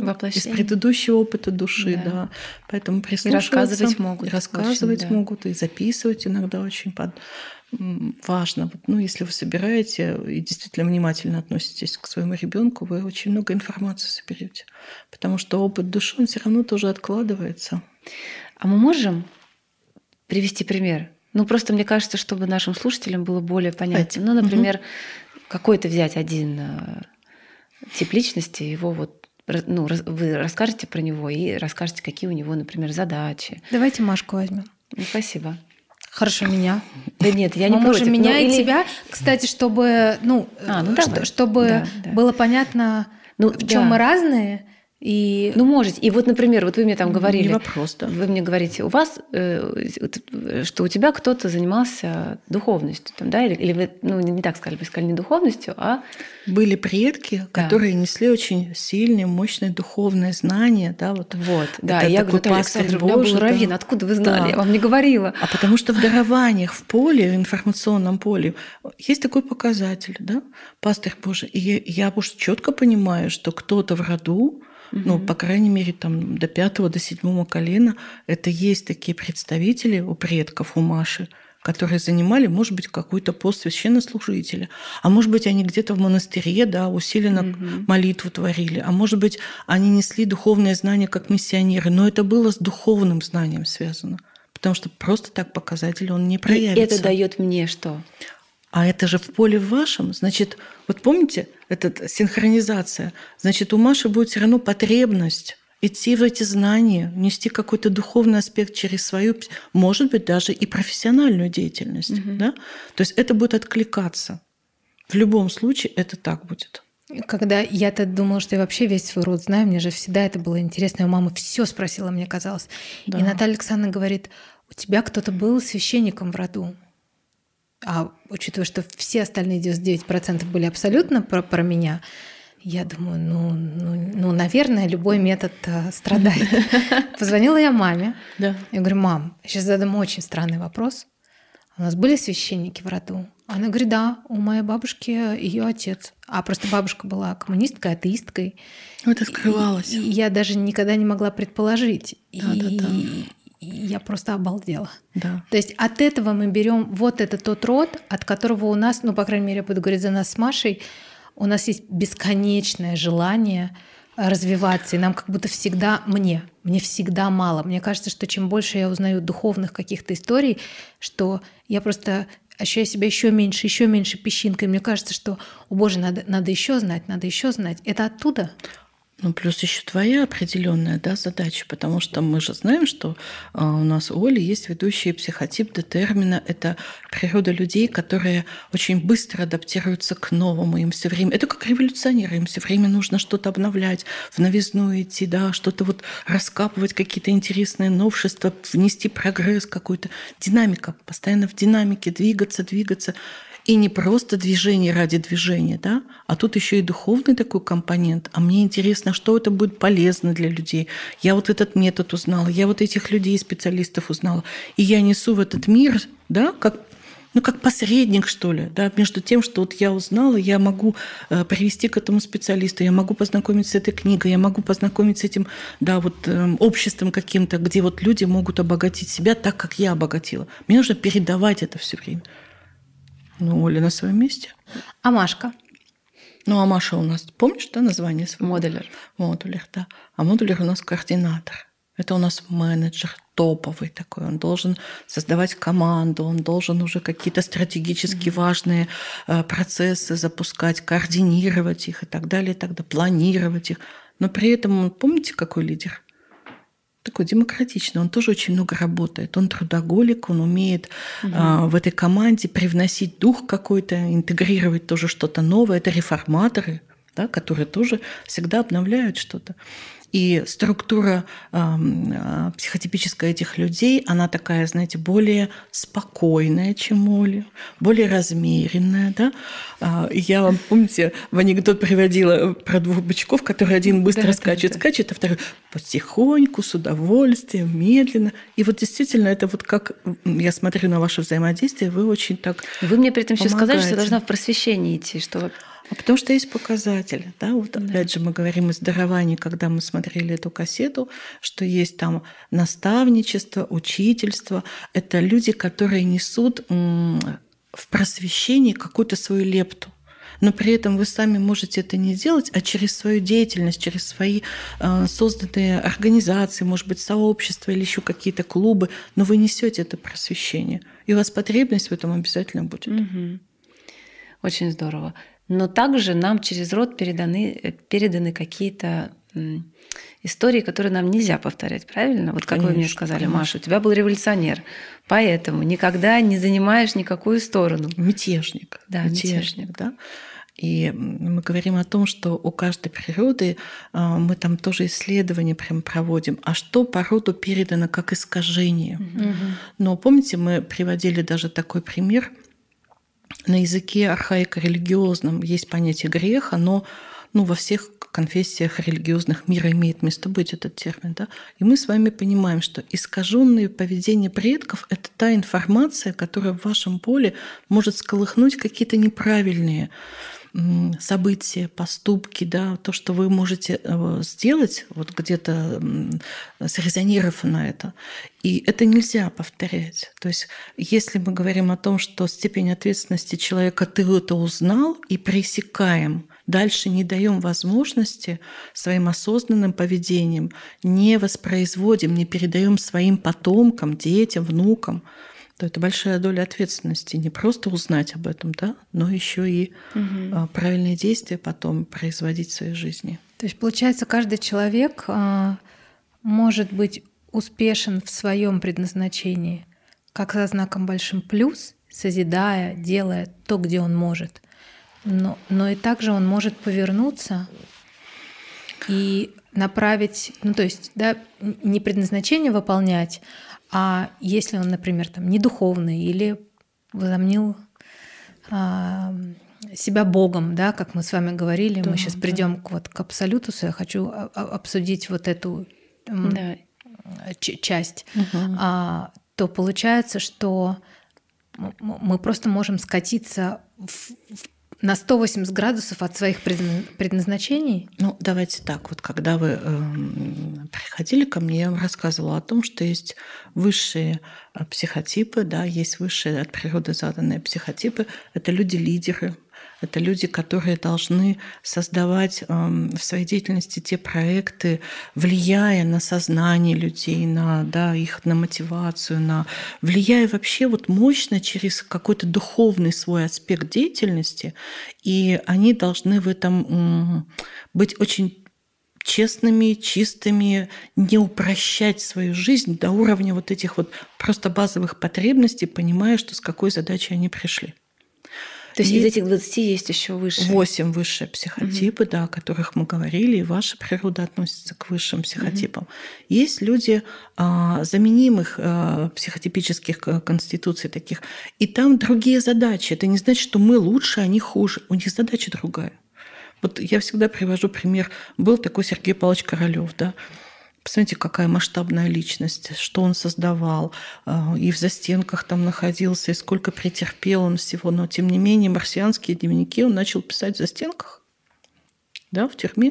опыта души, да. Поэтому прислушиваться.
И рассказывать могут.
Рассказывать могут, и записывать иногда очень важно. Ну, если вы собираете и действительно внимательно относитесь к своему ребенку, вы очень много информации соберете. Потому что опыт души, он все равно тоже откладывается.
А мы можем привести пример? Ну, просто мне кажется, чтобы нашим слушателям было более понятно. Ну, например, какой-то взять один тип личности, его вот вы расскажете про него и расскажете, какие у него, например, задачи.
Давайте Машку возьмем.
Спасибо.
Хорошо, меня.
Да нет, я не
против.
Можем
меня и тебя, кстати, чтобы, чтобы было понятно, в чем мы разные. И...
Ну, можете. И вот, например, вот вы мне там говорили...
Не вопрос, да.
Вы мне говорите, у вас, что у тебя кто-то занимался духовностью, там, да? Или вы, не так сказали, вы сказали не духовностью, а...
Были предки, которые несли очень сильные, мощные духовные знания, да, вот.
Да, и я говорю, Наталья Александровна, у меня был раввин, откуда вы знали? Я вам не говорила.
А потому что в дарованиях, в поле, в информационном поле, есть такой показатель, да, пастырь Божий. И я уж четко понимаю, что кто-то в роду, по крайней мере, там до 5-го, до 7-го колена, это есть такие представители у предков, у Маши, которые занимали, может быть, какой-то пост священнослужителя, а может быть, они где-то в монастыре, да, усиленно молитву творили, а может быть, они несли духовные знания как миссионеры, но это было с духовным знанием связано, потому что просто так показатель он не проявится.
И это дает мне что?
А это же в поле вашем. Значит, вот помните, это синхронизация. Значит, у Маши будет все равно потребность идти в эти знания, нести какой-то духовный аспект через свою, может быть, даже и профессиональную деятельность. Да? То есть это будет откликаться. В любом случае это так будет.
Когда я-то думала, что я вообще весь свой род знаю, мне же всегда это было интересно. Я у мамы все спросила, мне казалось. Да. И Наталья Александровна говорит, у тебя кто-то был священником в роду. А учитывая, что все остальные 99% были абсолютно про меня, я думаю, наверное, любой метод страдает. Позвонила я маме.
Да.
Я говорю, мам, сейчас задам очень странный вопрос. У нас были священники в роду? Она говорит, да, у моей бабушки ее отец. А просто бабушка была коммунисткой, атеисткой.
Это скрывалось.
И я даже никогда не могла предположить.
Да.
И я просто обалдела.
Да.
То есть от этого мы берем вот это тот род, от которого у нас, по крайней мере, я буду говорить за нас с Машей, у нас есть бесконечное желание развиваться, и нам как будто всегда, мне всегда мало. Мне кажется, что чем больше я узнаю духовных каких-то историй, что я просто ощущаю себя еще меньше песчинкой. Мне кажется, что, о Боже, надо еще знать, надо еще знать. Это оттуда?
Ну, плюс еще твоя определенная, да, задача, потому что мы же знаем, что у нас у Оли есть ведущий психотип детермина. Это природа людей, которые очень быстро адаптируются к новому. Им все время... Это как революционеры. Им все время нужно что-то обновлять, в новизну идти, да, что-то вот раскапывать, какие-то интересные новшества, внести прогресс какой-то. Динамика. Постоянно в динамике двигаться. И не просто движение ради движения, да, а тут еще и духовный такой компонент. А мне интересно, что это будет полезно для людей. Я вот этот метод узнала, я вот этих людей, специалистов узнала. И я несу в этот мир, да, как посредник, что ли, да, между тем, что вот я узнала, я могу привести к этому специалисту, я могу познакомиться с этой книгой, я могу познакомиться с этим, да, вот обществом каким-то, где вот люди могут обогатить себя так, как я обогатила. Мне нужно передавать это все время. Ну, Оля на своем месте.
А Машка?
Ну, а Маша у нас, помнишь, да, название своего?
Модулер.
Модулер, да. А модулер у нас координатор. Это у нас менеджер топовый такой. Он должен создавать команду, он должен уже какие-то стратегически важные процессы запускать, координировать их и так далее, планировать их. Но при этом, помните, какой лидер? Такой демократичный, он тоже очень много работает. Он трудоголик, он умеет в этой команде привносить дух какой-то, интегрировать тоже что-то новое. Это реформаторы, да, которые тоже всегда обновляют что-то. И структура психотипическая этих людей, она такая, знаете, более спокойная, чем Оля, более размеренная. Да? Я вам, помните, в анекдот приводила про двух бычков, которые один быстро скачет, а второй потихоньку, с удовольствием, медленно. И вот действительно, это вот как я смотрю на ваше взаимодействие, вы очень так
Вы мне при этом еще
помогаете.
сказали, что я должна в просвещение идти, что...
Потому что есть показатели. Да? Вот опять же мы говорим из дарований, когда мы смотрели эту кассету, что есть там наставничество, учительство. Это люди, которые несут в просвещении какую-то свою лепту. Но при этом вы сами можете это не делать, а через свою деятельность, через свои созданные организации, может быть, сообщества или еще какие-то клубы, но вы несете это просвещение. И у вас потребность в этом обязательно будет.
Угу. Очень здорово. Но также нам через род переданы какие-то истории, которые нам нельзя повторять, правильно? Вот как вы мне сказали, конечно. Маша, у тебя был революционер, поэтому никогда не занимаешь никакую сторону.
Мятежник.
Да, мятежник.
Да? И мы говорим о том, что у каждой природы мы там тоже исследования прям проводим, а что по роду передано как искажение. Но помните, мы приводили даже такой пример. На языке архаико-религиозном есть понятие греха, но во всех конфессиях религиозных мира имеет место быть этот термин. Да? И мы с вами понимаем, что искаженное поведение предков – это та информация, которая в вашем поле может сколыхнуть какие-то неправильные события, поступки, да, то, что вы можете сделать, вот где-то срезонировав на это. И это нельзя повторять. То есть если мы говорим о том, что степень ответственности человека ты это узнал и пресекаем, дальше не даем возможности своим осознанным поведением, не воспроизводим, не передаем своим потомкам, детям, внукам, то это большая доля ответственности. Не просто узнать об этом, да, но еще и правильные действия потом производить в своей жизни.
То есть, получается, каждый человек может быть успешен в своем предназначении, как со знаком большим плюс, созидая, делая то, где он может. Но и также он может повернуться и направить, то есть, да, не предназначение выполнять, а если он, например, там, не духовный или возомнил себя Богом, да, как мы с вами говорили, да, мы сейчас придем к абсолютусу, я хочу обсудить вот эту часть, то получается, что мы просто можем скатиться на 180 градусов от своих предназначений?
Ну, давайте так. Вот когда вы приходили ко мне, я вам рассказывала о том, что есть высшие психотипы, да, есть высшие от природы заданные психотипы. Это люди-лидеры. Это люди, которые должны создавать в своей деятельности те проекты, влияя на сознание людей, на их на мотивацию, влияя вообще вот мощно через какой-то духовный свой аспект деятельности. И они должны в этом быть очень честными, чистыми, не упрощать свою жизнь до уровня вот этих вот просто базовых потребностей, понимая, что с какой задачей они пришли.
То есть из этих 20 есть еще высшие?
8 высшие психотипы, да, о которых мы говорили, и ваша природа относится к высшим психотипам. Есть люди заменимых психотипических конституций таких, и там другие задачи. Это не значит, что мы лучше, они хуже. У них задача другая. Вот я всегда привожу пример. Был такой Сергей Павлович Королёв, да. Посмотрите, какая масштабная личность, что он создавал, и в застенках там находился, и сколько претерпел он всего. Но, тем не менее, марсианские дневники он начал писать в застенках, да, в тюрьме.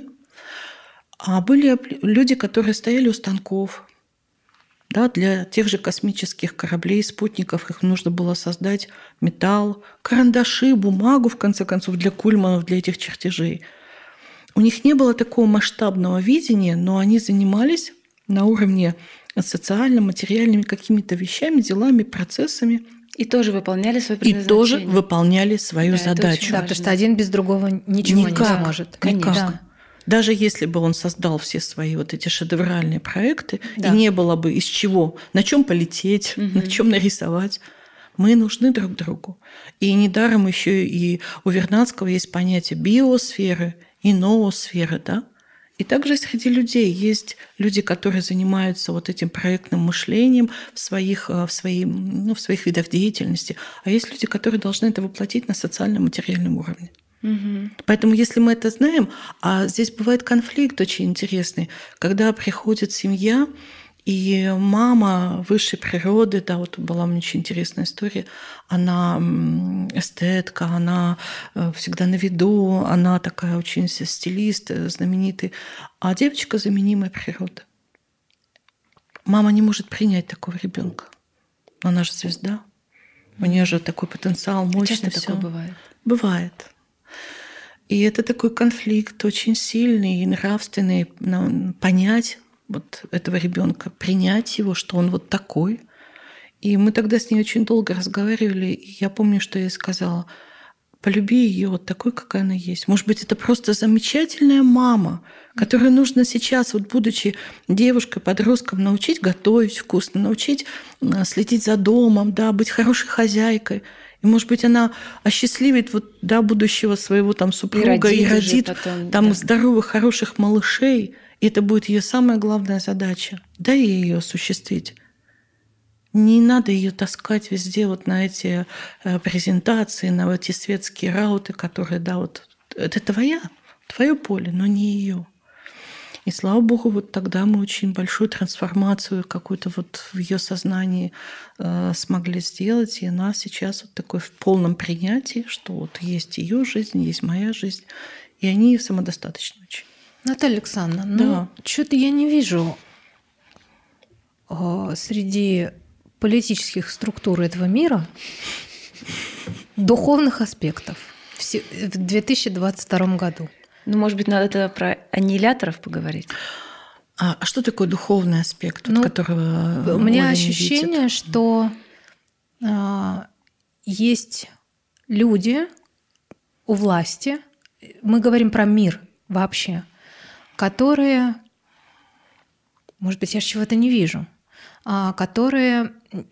А были люди, которые стояли у станков. Да, для тех же космических кораблей, спутников их нужно было создать металл, карандаши, бумагу, в конце концов, для кульманов, для этих чертежей. У них не было такого масштабного видения, но они занимались на уровне социально-материальными какими-то вещами, делами, процессами.
И тоже выполняли свое предназначение.
И тоже выполняли свою задачу.
Да, потому что один без другого ничего не сможет.
Никак.
Да.
Даже если бы он создал все свои вот эти шедевральные проекты, и не было бы из чего, на чем полететь, на чем нарисовать, мы нужны друг другу. И недаром еще и у Вернадского есть понятие биосферы и ноосферы, да? И также среди людей есть люди, которые занимаются вот этим проектным мышлением в своих видах деятельности, а есть люди, которые должны это воплотить на социально-материальном уровне. Поэтому, если мы это знаем, а здесь бывает конфликт очень интересный, когда приходит семья, и мама высшей природы, да, вот была у меня очень интересная история, она эстетка, она всегда на виду, она такая очень стилист, знаменитый, а девочка заменимая природа. Мама не может принять такого ребенка. Она же звезда, у нее же такой потенциал мощный.
Часто такое бывает?
Бывает. И это такой конфликт очень сильный и нравственный, понять вот этого ребенка, принять его, что он вот такой. И мы тогда с ней очень долго разговаривали, и я помню, что я ей сказала: полюби ее вот такой, какая она есть. Может быть, это просто замечательная мама, которой нужно сейчас, вот будучи девушкой, подростком, научить готовить вкусно, научить следить за домом, да, быть хорошей хозяйкой. И, может быть, она осчастливит вот, да, будущего своего там супруга и родит потом, там здоровых, хороших малышей. И это будет ее самая главная задача. Дай ей ее осуществить. Не надо ее таскать везде вот на эти презентации, на эти светские рауты, которые, да, вот это твое поле, но не ее. И слава богу, вот тогда мы очень большую трансформацию какую-то вот в ее сознании смогли сделать. И она сейчас вот такой в полном принятии, что вот есть ее жизнь, есть моя жизнь. И они самодостаточны очень.
Наталья Александровна, что-то я не вижу среди политических структур этого мира духовных аспектов в 2022 году.
Ну, может быть, надо тогда про аннигиляторов поговорить.
А что такое духовный аспект, которого
у меня ощущение, что есть люди у власти, мы говорим про мир вообще, которые, может быть, я чего-то не вижу, которые,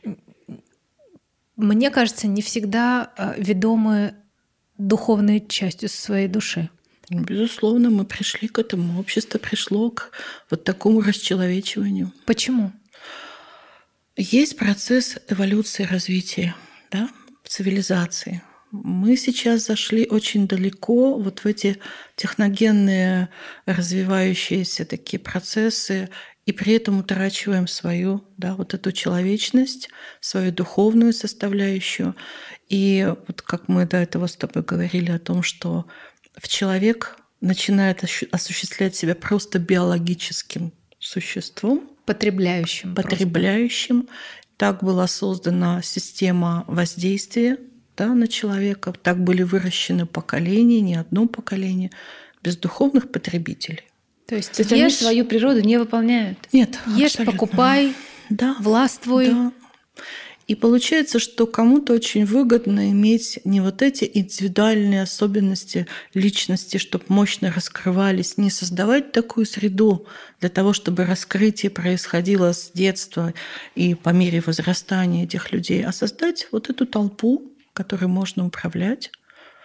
мне кажется, не всегда ведомы духовной частью своей души.
Безусловно, мы пришли к этому. Общество пришло к вот такому расчеловечиванию.
Почему?
Есть процесс эволюции, развития, да, в цивилизации. Мы сейчас зашли очень далеко вот в эти техногенные развивающиеся такие процессы, и при этом утрачиваем свою, да, вот эту человечность, свою духовную составляющую. И вот как мы до этого с тобой говорили о том, что человек начинает осуществлять себя просто биологическим существом, потребляющим. Так была создана система воздействия, да, на человека. Так были выращены поколения, не одно поколение, без духовных потребителей.
То есть они свою природу не выполняют?
Нет,
ешь,
абсолютно.
Покупай,
да,
властвуй.
Да. И получается, что кому-то очень выгодно иметь не вот эти индивидуальные особенности личности, чтобы мощно раскрывались, не создавать такую среду для того, чтобы раскрытие происходило с детства и по мере возрастания этих людей, а создать вот эту толпу, которой можно управлять.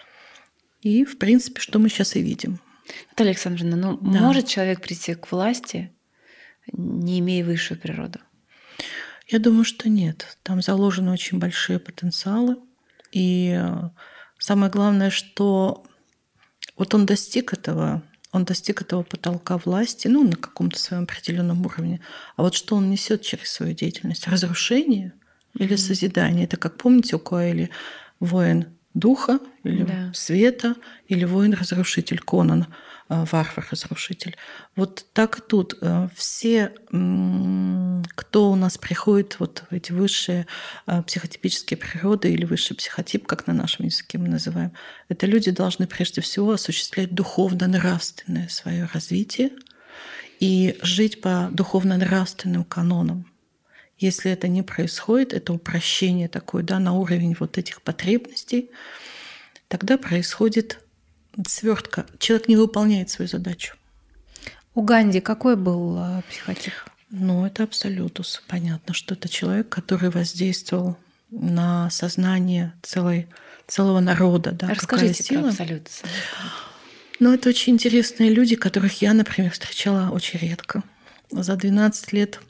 И, в принципе, что мы сейчас и видим.
Наталья Александровна, может человек прийти к власти, не имея высшую природу?
Я думаю, что нет. Там заложены очень большие потенциалы. И самое главное, что вот он достиг этого потолка власти, на каком-то своем определенном уровне. А вот что он несет через свою деятельность? Разрушение или созидание? Это, как помните, у Коэли воин духа или света, или воин-разрушитель Конан, варвар-разрушитель. Вот так и тут. Все, кто у нас приходит вот в эти высшие психотипические природы или высший психотип, как на нашем языке мы называем, это люди должны прежде всего осуществлять духовно-нравственное свое развитие и жить по духовно-нравственным канонам. Если это не происходит, это упрощение такое, на уровень вот этих потребностей, тогда происходит свертка. Человек не выполняет свою задачу.
У Ганди какой был психотип?
Это абсолютус. Понятно, что это человек, который воздействовал на сознание целого народа.
Расскажите про абсолютус.
Это очень интересные люди, которых я, например, встречала очень редко. За 12 лет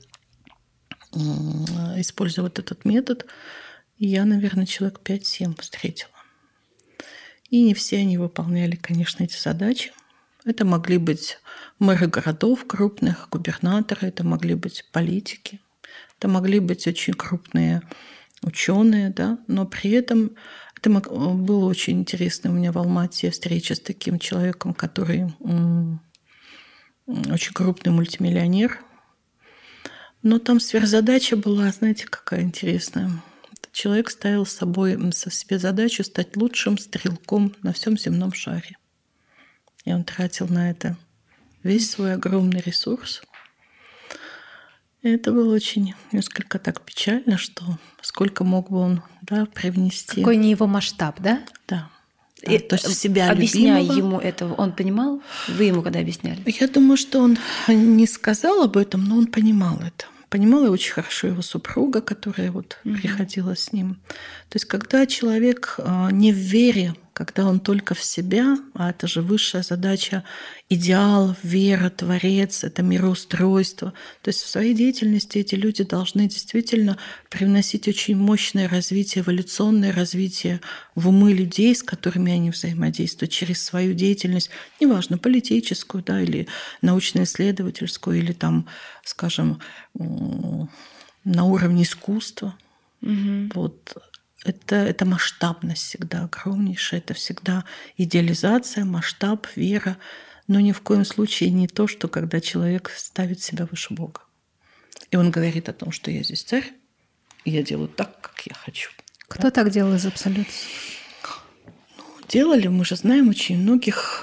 используя вот этот метод, я, наверное, человек 5-7 встретила. И не все они выполняли, конечно, эти задачи. Это могли быть мэры городов крупных, губернаторы, это могли быть политики, это могли быть очень крупные ученые, но при этом это было очень интересно. У меня в Алмате встреча с таким человеком, который очень крупный мультимиллионер. Но там сверхзадача была, знаете, какая интересная. Этот человек ставил себе задачу стать лучшим стрелком на всем земном шаре. И он тратил на это весь свой огромный ресурс. И это было очень несколько так печально, что сколько мог бы он привнести.
Какой не его масштаб, да?
Да. То есть себя
объясняя
любимого.
ему это, он понимал? Вы ему когда объясняли?
Я думаю, что он не сказал об этом, но он понимал это. Понимала и очень хорошо его супруга, которая приходила с ним. То есть когда человек не в вере, когда он только в себя, а это же высшая задача, идеал, вера, творец, это мироустройство. То есть в своей деятельности эти люди должны действительно привносить очень мощное развитие, эволюционное развитие в умы людей, с которыми они взаимодействуют через свою деятельность, неважно, политическую, или научно-исследовательскую, или скажем, на уровне искусства. Это масштабность всегда огромнейшая, это всегда идеализация, масштаб, вера, но ни в коем случае не то, что когда человек ставит себя выше Бога. И он говорит о том, что я здесь царь, и я делаю так, как я хочу.
Кто так делал из абсолютов?
Делали, мы же знаем, очень многих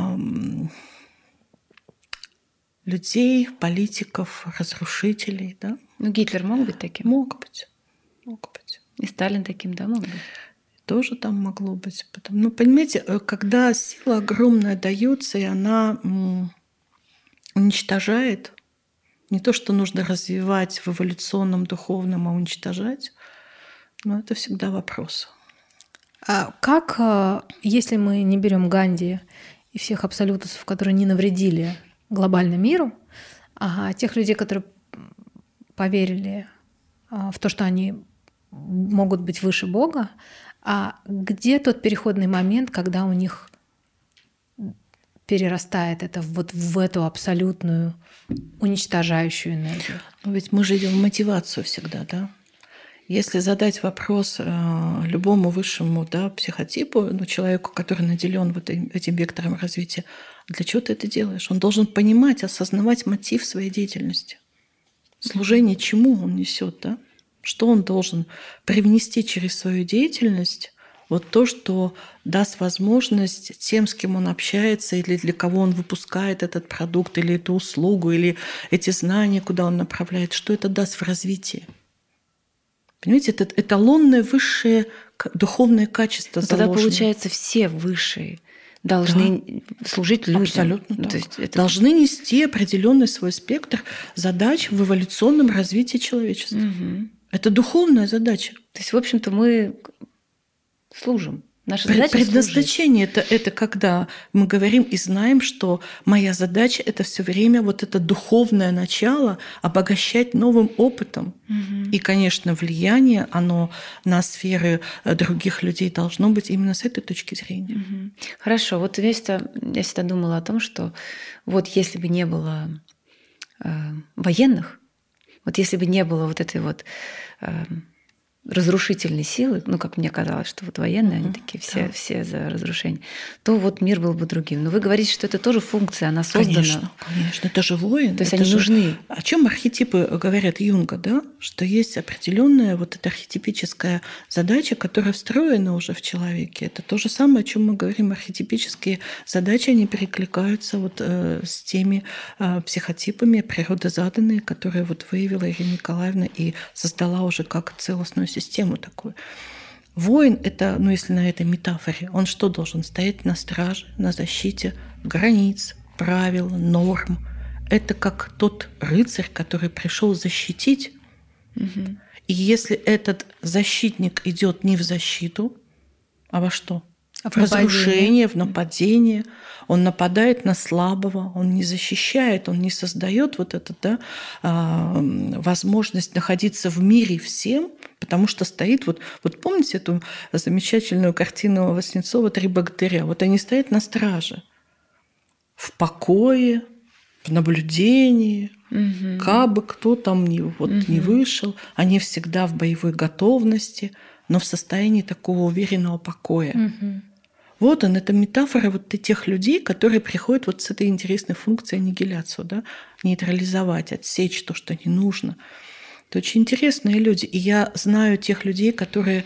людей, политиков, разрушителей. Да?
Гитлер мог быть таким?
Мог быть.
И Сталин таким, мог быть?
Тоже там могло быть. Понимаете, когда сила огромная дается, и она уничтожает, не то, что нужно развивать в эволюционном, духовном, а уничтожать, это всегда вопрос.
А как, если мы не берем Ганди и всех абсолютусов, которые не навредили глобальному миру, а тех людей, которые поверили в то, что они могут быть выше Бога, а где тот переходный момент, когда у них перерастает это в эту абсолютную уничтожающую энергию?
Ведь мы же идем в мотивацию всегда, да? Если задать вопрос любому высшему психотипу, человеку, который наделен этим вектором развития, для чего ты это делаешь? Он должен понимать, осознавать мотив своей деятельности. Служение чему он несет, да? Что он должен привнести через свою деятельность, то, что даст возможность тем, с кем он общается, или для кого он выпускает этот продукт, или эту услугу, или эти знания, куда он направляет, что это даст в развитии. Понимаете, это эталонное высшее духовное качество заложено.
Тогда, получается, все высшие должны служить людям.
Абсолютно.
То
Да.
есть это...
Должны нести определенный свой спектр задач в эволюционном развитии человечества.
Угу.
Это духовная задача.
То есть, в общем-то, мы служим. Наша задача
предназначение это когда мы говорим и знаем, что моя задача это все время вот это духовное начало обогащать новым опытом.
Угу.
И, конечно, влияние оно на сферы других людей должно быть именно с этой точки зрения.
Угу. Хорошо. Вот я всегда думала о том, что вот если бы не было военных, вот если бы не было вот этой вот разрушительной силы, ну, как мне казалось, что вот военные, они такие все за разрушение, то вот мир был бы другим. Но вы говорите, что это тоже функция, она создана.
Конечно, это же воин.
То есть они нужны.
О чем архетипы говорят Юнга, да? Что есть определенная вот эта архетипическая задача, которая встроена уже в человеке. Это то же самое, о чем мы говорим. Архетипические задачи, они перекликаются вот с теми психотипами природозаданные, которые вот выявила Ирина Николаевна и создала уже как целостную систему такую. Воин – это, ну если на этой метафоре, он что должен? Стоять на страже, на защите границ, правил, норм. Это как тот рыцарь, который пришел защитить.
Угу.
И если этот защитник идет не в защиту, а во что? В разрушение, в нападение. Он нападает на слабого, он не защищает, он не создает вот эту возможность находиться в мире всем, потому что стоит вот помните эту замечательную картину Васнецова «Три богатыря»? Вот они стоят на страже, в покое, в наблюдении, кабы кто там не вышел, они всегда в боевой готовности, но в состоянии такого уверенного покоя. Вот он, это метафора вот тех людей, которые приходят вот с этой интересной функцией аннигиляцию, да? Нейтрализовать, отсечь то, что не нужно. Это очень интересные люди. И я знаю тех людей, которые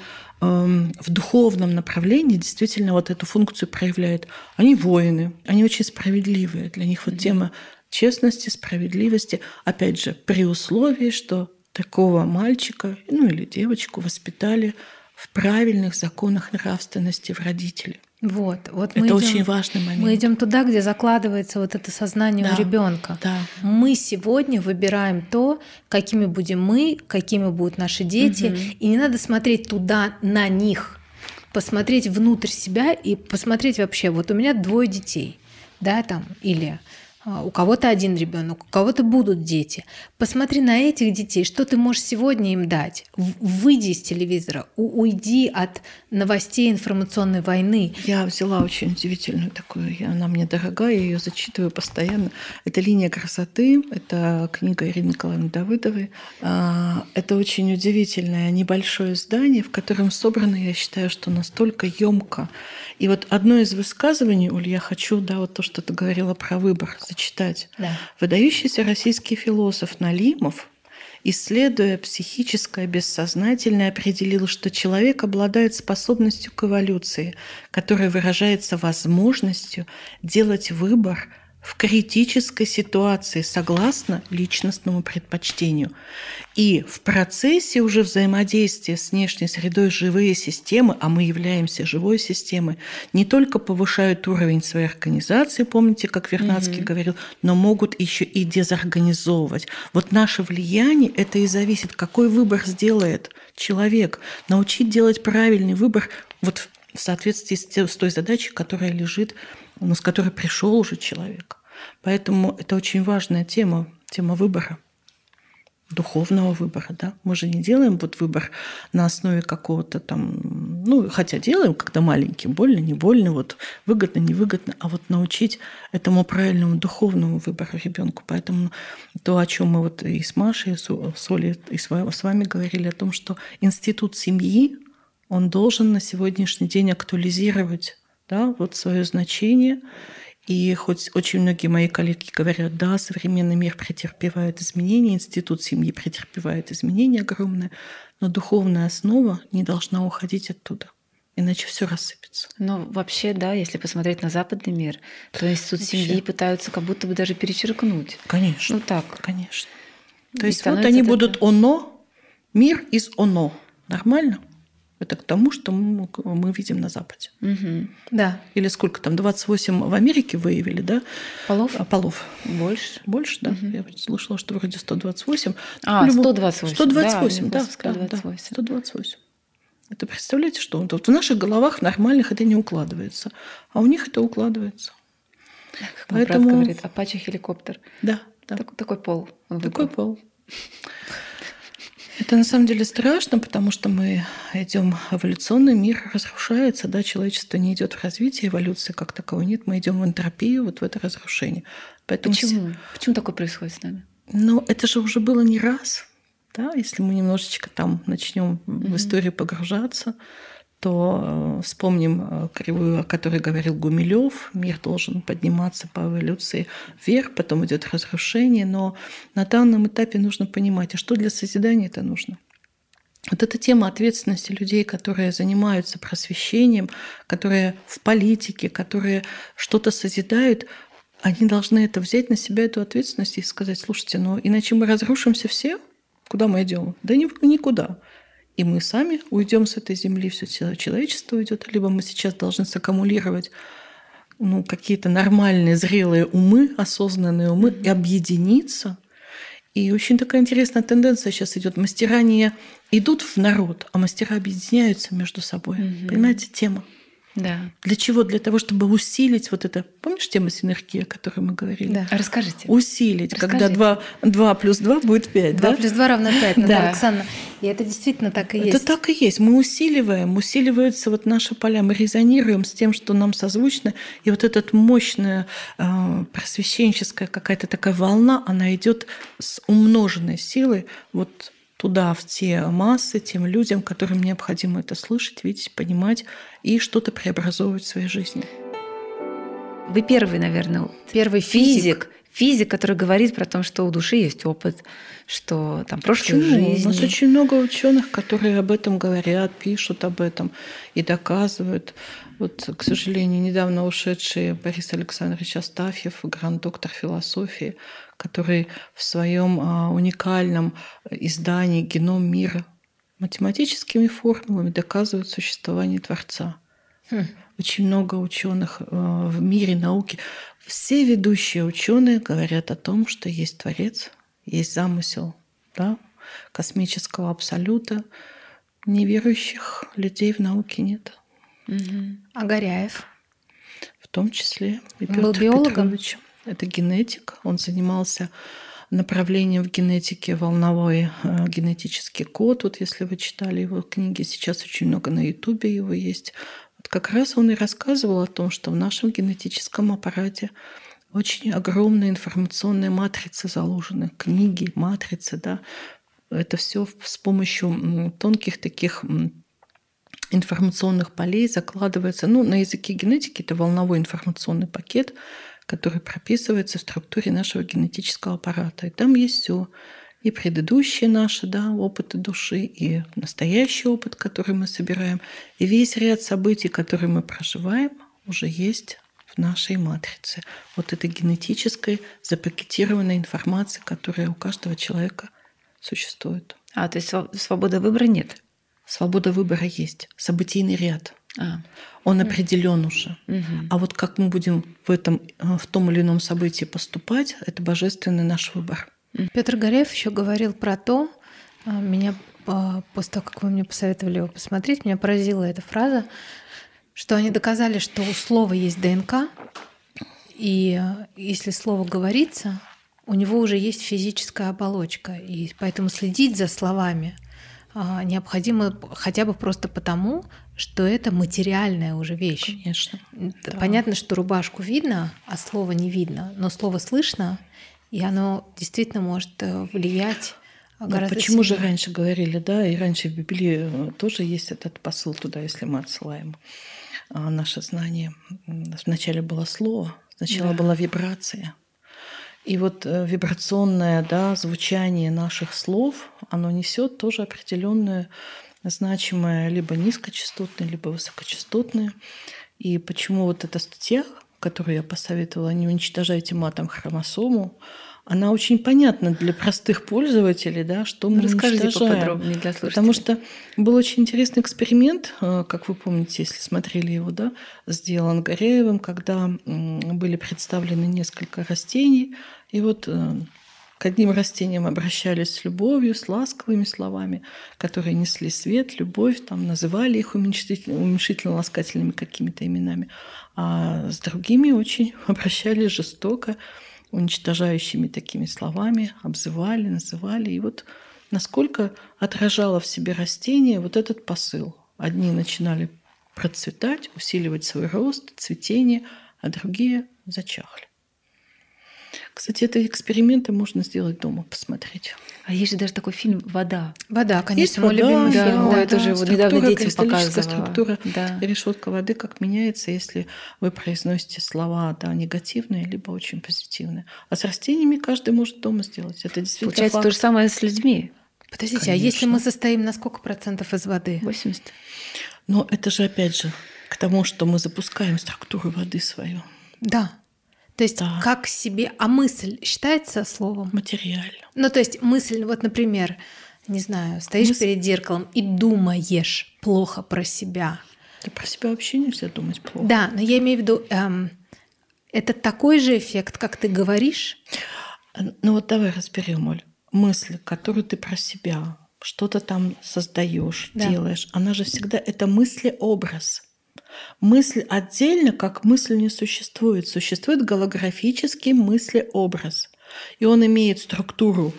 в духовном направлении действительно вот эту функцию проявляют. Они воины, они очень справедливые. Для них вот тема честности, справедливости, опять же, при условии, что такого мальчика, ну или девочку воспитали в правильных законах нравственности в родителей.
Вот
это очень важный момент.
Мы идем туда, где закладывается вот это сознание у ребенка.
Да.
Мы сегодня выбираем то, какими будем мы, какими будут наши дети, и не надо смотреть туда на них, посмотреть внутрь себя и посмотреть вообще. Вот у меня 2 детей, да, там или у кого-то 1 ребенок, у кого-то будут дети. Посмотри на этих детей, что ты можешь сегодня им дать. Выйди из телевизора, уйди от новостей информационной войны.
Я взяла очень удивительную такую, она мне дорогая, я ее зачитываю постоянно. Это «Линия красоты», это книга Ирины Николаевны Давыдовой. Это очень удивительное небольшое издание, в котором собрано, я считаю, что настолько ёмко. И вот одно из высказываний, Оль, я хочу, вот то, что ты говорила про выбор, зачитать.
Да.
Выдающийся российский философ Налимов, исследуя психическое бессознательное, определил, что человек обладает способностью к эволюции, которая выражается возможностью делать выбор в критической ситуации согласно личностному предпочтению. И в процессе уже взаимодействия с внешней средой живые системы, а мы являемся живой системой, не только повышают уровень своей организации, помните, как Вернадский говорил, но могут еще и дезорганизовывать. Вот наше влияние, это и зависит, какой выбор сделает человек. Научить делать правильный выбор вот в соответствии с той задачей, которая лежит, с которой пришел уже человек. Поэтому это очень важная тема выбора, духовного выбора. Да? Мы же не делаем вот выбор на основе какого-то там, хотя делаем, когда маленьким, больно, не больно, вот выгодно, невыгодно, а вот научить этому правильному духовному выбору ребенку. Поэтому то, о чем мы вот и с Машей, и с Олей, и с вами говорили, о том, что институт семьи, он должен на сегодняшний день актуализировать вот свое значение. И хоть очень многие мои коллеги говорят, да, современный мир претерпевает изменения, институт семьи претерпевает изменения огромные, но духовная основа не должна уходить оттуда, иначе все рассыпется.
Но вообще, да, если посмотреть на западный мир, то институт семьи пытаются как будто бы даже перечеркнуть.
Конечно.
Так.
Конечно. То есть вот они будут оно, мир из оно. нормально. Это к тому, что мы видим на Западе.
Да.
Или сколько там, 28 в Америке выявили, да?
Полов?
Полов.
Больше?
Больше, да. Я слышала, что вроде 128.
128.
128, да.
128.
128. Это представляете, что вот в наших головах нормальных это не укладывается, а у них это укладывается.
Как мой брат говорит, Апачи-хеликоптер.
Да.
Такой пол.
Такой пол. Это на самом деле страшно, потому что мы идем, эволюционный мир разрушается, да, человечество не идет в развитие, эволюции как таковой нет, мы идем в энтропию, вот в это разрушение. Поэтому
Почему? Почему такое происходит с нами?
Ну, это же уже было не раз, да, если мы немножечко там начнем в историю погружаться, то вспомним кривую, о которой говорил Гумилев. Мир должен подниматься по эволюции вверх, потом идет разрушение. Но на данном этапе нужно понимать, а что для созидания это нужно. Вот эта тема ответственности людей, которые занимаются просвещением, которые в политике, которые что-то созидают, они должны это взять на себя, эту ответственность, и сказать: слушайте, ну иначе мы разрушимся все, куда мы идем? Да никуда. И мы сами уйдем с этой земли, все человечество уйдет. Либо мы сейчас должны саккумулировать какие-то нормальные, зрелые умы, осознанные умы, и объединиться. И очень такая интересная тенденция сейчас идет. Мастера не идут в народ, а мастера объединяются между собой. Понимаете, тема?
Да.
Для чего? Для того, чтобы усилить вот это. Помнишь тему синергии, о которой мы говорили?
Да.
Расскажите.
Усилить, когда 2 плюс 2 будет 5.
2 плюс 2 равно 5, Наталья
Да.
Александровна. И это действительно так и есть.
Это так и есть. Мы усиливаются вот наши поля, мы резонируем с тем, что нам созвучно. И вот эта мощная просвещенческая какая-то такая волна, она идет с умноженной силой вот туда, в те массы, тем людям, которым необходимо это слышать, видеть, понимать и что-то преобразовывать в своей жизни.
Вы первый, наверное,
Первый физик.
Физик, который говорит про то, что у души есть опыт, что там прошлая жизнь.
У нас очень много ученых, которые об этом говорят, пишут об этом и доказывают. Вот, к сожалению, недавно ушедший Борис Александрович Астафьев, гранд-доктор философии, который в своем уникальном издании «Геном мира» математическими формулами доказывает существование Творца. Очень много ученых в мире науки. Все ведущие ученые говорят о том, что есть Творец, есть замысел, да, космического абсолюта. Неверующих людей в науке нет.
А Горяев?
В том числе и
Он был
Петр
биологом?
Петрович. Это генетик. Он занимался направлением в генетике волновой генетический код. Вот если вы читали его книги, сейчас очень много на Ютубе его есть. Вот как раз он и рассказывал о том, что в нашем генетическом аппарате очень огромные информационные матрицы заложены. Книги, матрицы, да. Это все с помощью тонких таких информационных полей закладывается. На языке генетики это волновой информационный пакет, который прописывается в структуре нашего генетического аппарата. И там есть все. И предыдущие наши опыты души, и настоящий опыт, который мы собираем, и весь ряд событий, которые мы проживаем, уже есть в нашей матрице. Вот этой генетической запакетированной информации, которая у каждого человека существует.
То есть свободы выбора нет?
Свобода выбора есть. Событийный ряд. Он определен уже. А вот как мы будем в том или ином событии поступать, это божественный наш выбор.
Петр Горяев еще говорил про то, меня после того, как вы мне посоветовали его посмотреть, меня поразила эта фраза, что они доказали, что у слова есть ДНК, и если слово говорится, у него уже есть физическая оболочка, и поэтому следить за словами необходимо хотя бы просто потому, что это материальная уже вещь.
Конечно.
Понятно, что рубашку видно, а слово не видно, но слово слышно, и оно действительно может влиять гораздо
почему же
сильнее.
раньше говорили, да, и раньше в Библии тоже есть этот посыл туда, если мы отсылаем наше знание. Вначале было слово, сначала была вибрация. И вот вибрационное звучание наших слов, оно несет тоже определенное значимое либо низкочастотное, либо высокочастотное. И почему вот эта статья, которую я посоветовала, не уничтожайте матом хромосому, она очень понятна для простых пользователей, да, что мы
Расскажите
уничтожаем.
поподробнее для слушателей.
Потому что был очень интересный эксперимент, как вы помните, если смотрели его, да, сделан Горяевым, когда были представлены несколько растений, и вот к одним растениям обращались с любовью, с ласковыми словами, которые несли свет, любовь, там, называли их уменьшительно-ласкательными какими-то именами, а с другими очень обращались жестоко, уничтожающими такими словами, обзывали, называли. И вот насколько отражало в себе растение вот этот посыл. Одни начинали процветать, усиливать свой рост, цветение, а другие зачахли. Кстати, эти эксперименты можно сделать дома, посмотреть.
А есть же даже такой фильм «Вода».
«Вода», конечно,
Есть
мой любимый
да,
фильм.
ой,
Да.
это же вот недавно детям показывала.
Структура
Да.
решетка воды как меняется, если вы произносите слова негативные, либо очень позитивные. А с растениями каждый может дома сделать. Это действительно
Получается
факт.
то же самое с людьми.
Подождите,
Конечно.
а если мы состоим на сколько процентов из воды?
80.
Но это же опять же к тому, что мы запускаем структуру воды свою.
Да. То есть
Да.
как себе... А мысль считается словом?
Материально.
Ну, то есть мысль, вот, например, не знаю, стоишь перед зеркалом и думаешь плохо про себя.
Да про себя вообще нельзя думать плохо.
Да, но я имею в виду, это такой же эффект, как ты говоришь?
Ну вот давай разберем, Оль. Мысль, которую ты про себя, что-то там создаешь,
Да.
делаешь, она же всегда это мыслеобраз. Мысль отдельно, как мысль не существует. Существует голографический мыслеобраз. И он имеет структуру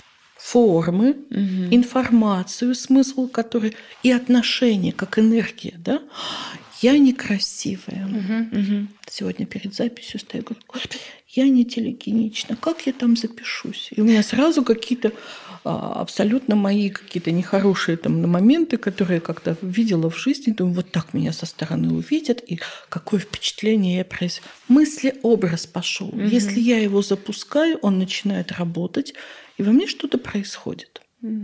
формы, информацию, смысл который и отношение, как энергия. Да? Я некрасивая. Сегодня перед записью стою, говорю, «Господи, я не телегенична, как я там запишусь?» И у меня сразу какие-то абсолютно мои какие-то нехорошие там моменты, которые я как-то видела в жизни, думаю, вот так меня со стороны увидят, и какое впечатление я произведу. Мыслеобраз пошел. Если я его запускаю, он начинает работать, и во мне что-то происходит.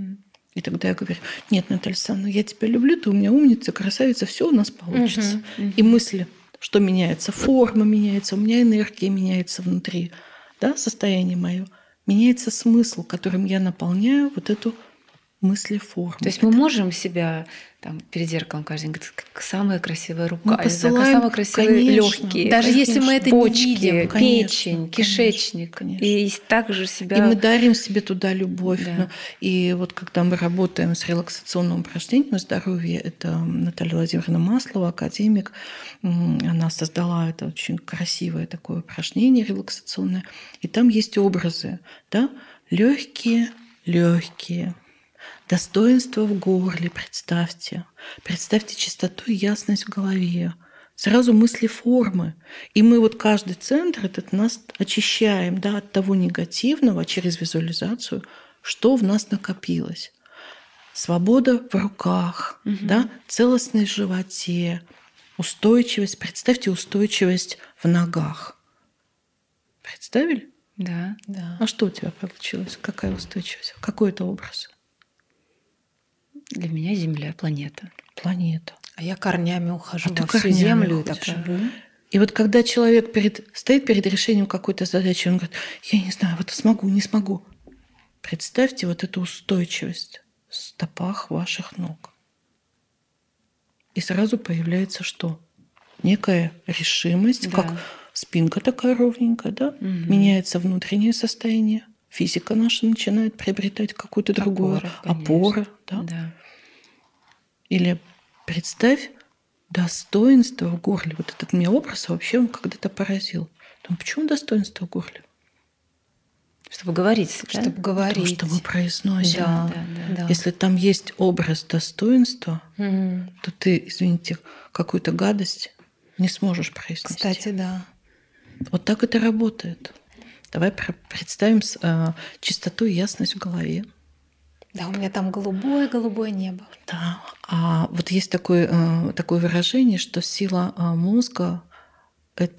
И тогда я говорю, нет, Наталья Александровна, я тебя люблю, ты у меня умница, красавица, все у нас получится. И мысли, что меняется, форма меняется, у меня энергия меняется внутри, да, состояние мое. Меняется смысл, которым я наполняю вот эту мыслеформу.
То есть мы можем себя там, перед зеркалом каждый день говорить, как самая красивая рука,
Мы посылаем,
самые красивые
конечно,
легкие,
даже если мы это
почки,
не видим.
печень,
Конечно,
кишечник.
конечно.
И также себя...
И мы дарим себе туда любовь.
Да.
И вот когда мы работаем с релаксационным упражнением здоровья, это Наталья Владимировна Маслова, академик, она создала это очень красивое такое упражнение релаксационное. И там есть образы, да? Легкие, достоинство в горле, представьте. Представьте чистоту и ясность в голове. Сразу мысли формы. И мы вот каждый центр этот нас очищаем, да, от того негативного через визуализацию, что в нас накопилось. Свобода в руках, да, целостность в животе, устойчивость. Представьте устойчивость в ногах. Представили?
Да.
Да.
А что у тебя получилось? Какая устойчивость? Какой это образ?
Для меня Земля — планета.
Планета.
А я корнями ухожу
А ты
во всю
корнями
землю и так
уходишь.
живу.
И вот когда человек стоит перед решением какой-то задачи, он говорит, я не знаю, вот смогу, не смогу. Представьте вот эту устойчивость в стопах ваших ног. И сразу появляется что? Некая решимость,
Да.
как спинка такая ровненькая, да? Меняется внутреннее состояние. Физика наша начинает приобретать какую-то другую опору. Да?
Да.
Или представь достоинство в горле. Вот этот мне образ вообще он когда-то поразил. Думаю, почему достоинство в горле?
Чтобы говорить. Да?
Чтобы говорить.
Потому что мы произносим.
Да,
Да.
да.
Если там есть образ достоинства,
Мгм.
то ты, извините, какую-то гадость не сможешь произнести.
Кстати, да.
Вот так это работает. Давай представим чистоту и ясность в голове.
Да, у меня там голубое-голубое небо.
Да. А вот есть такое выражение, что сила мозга – это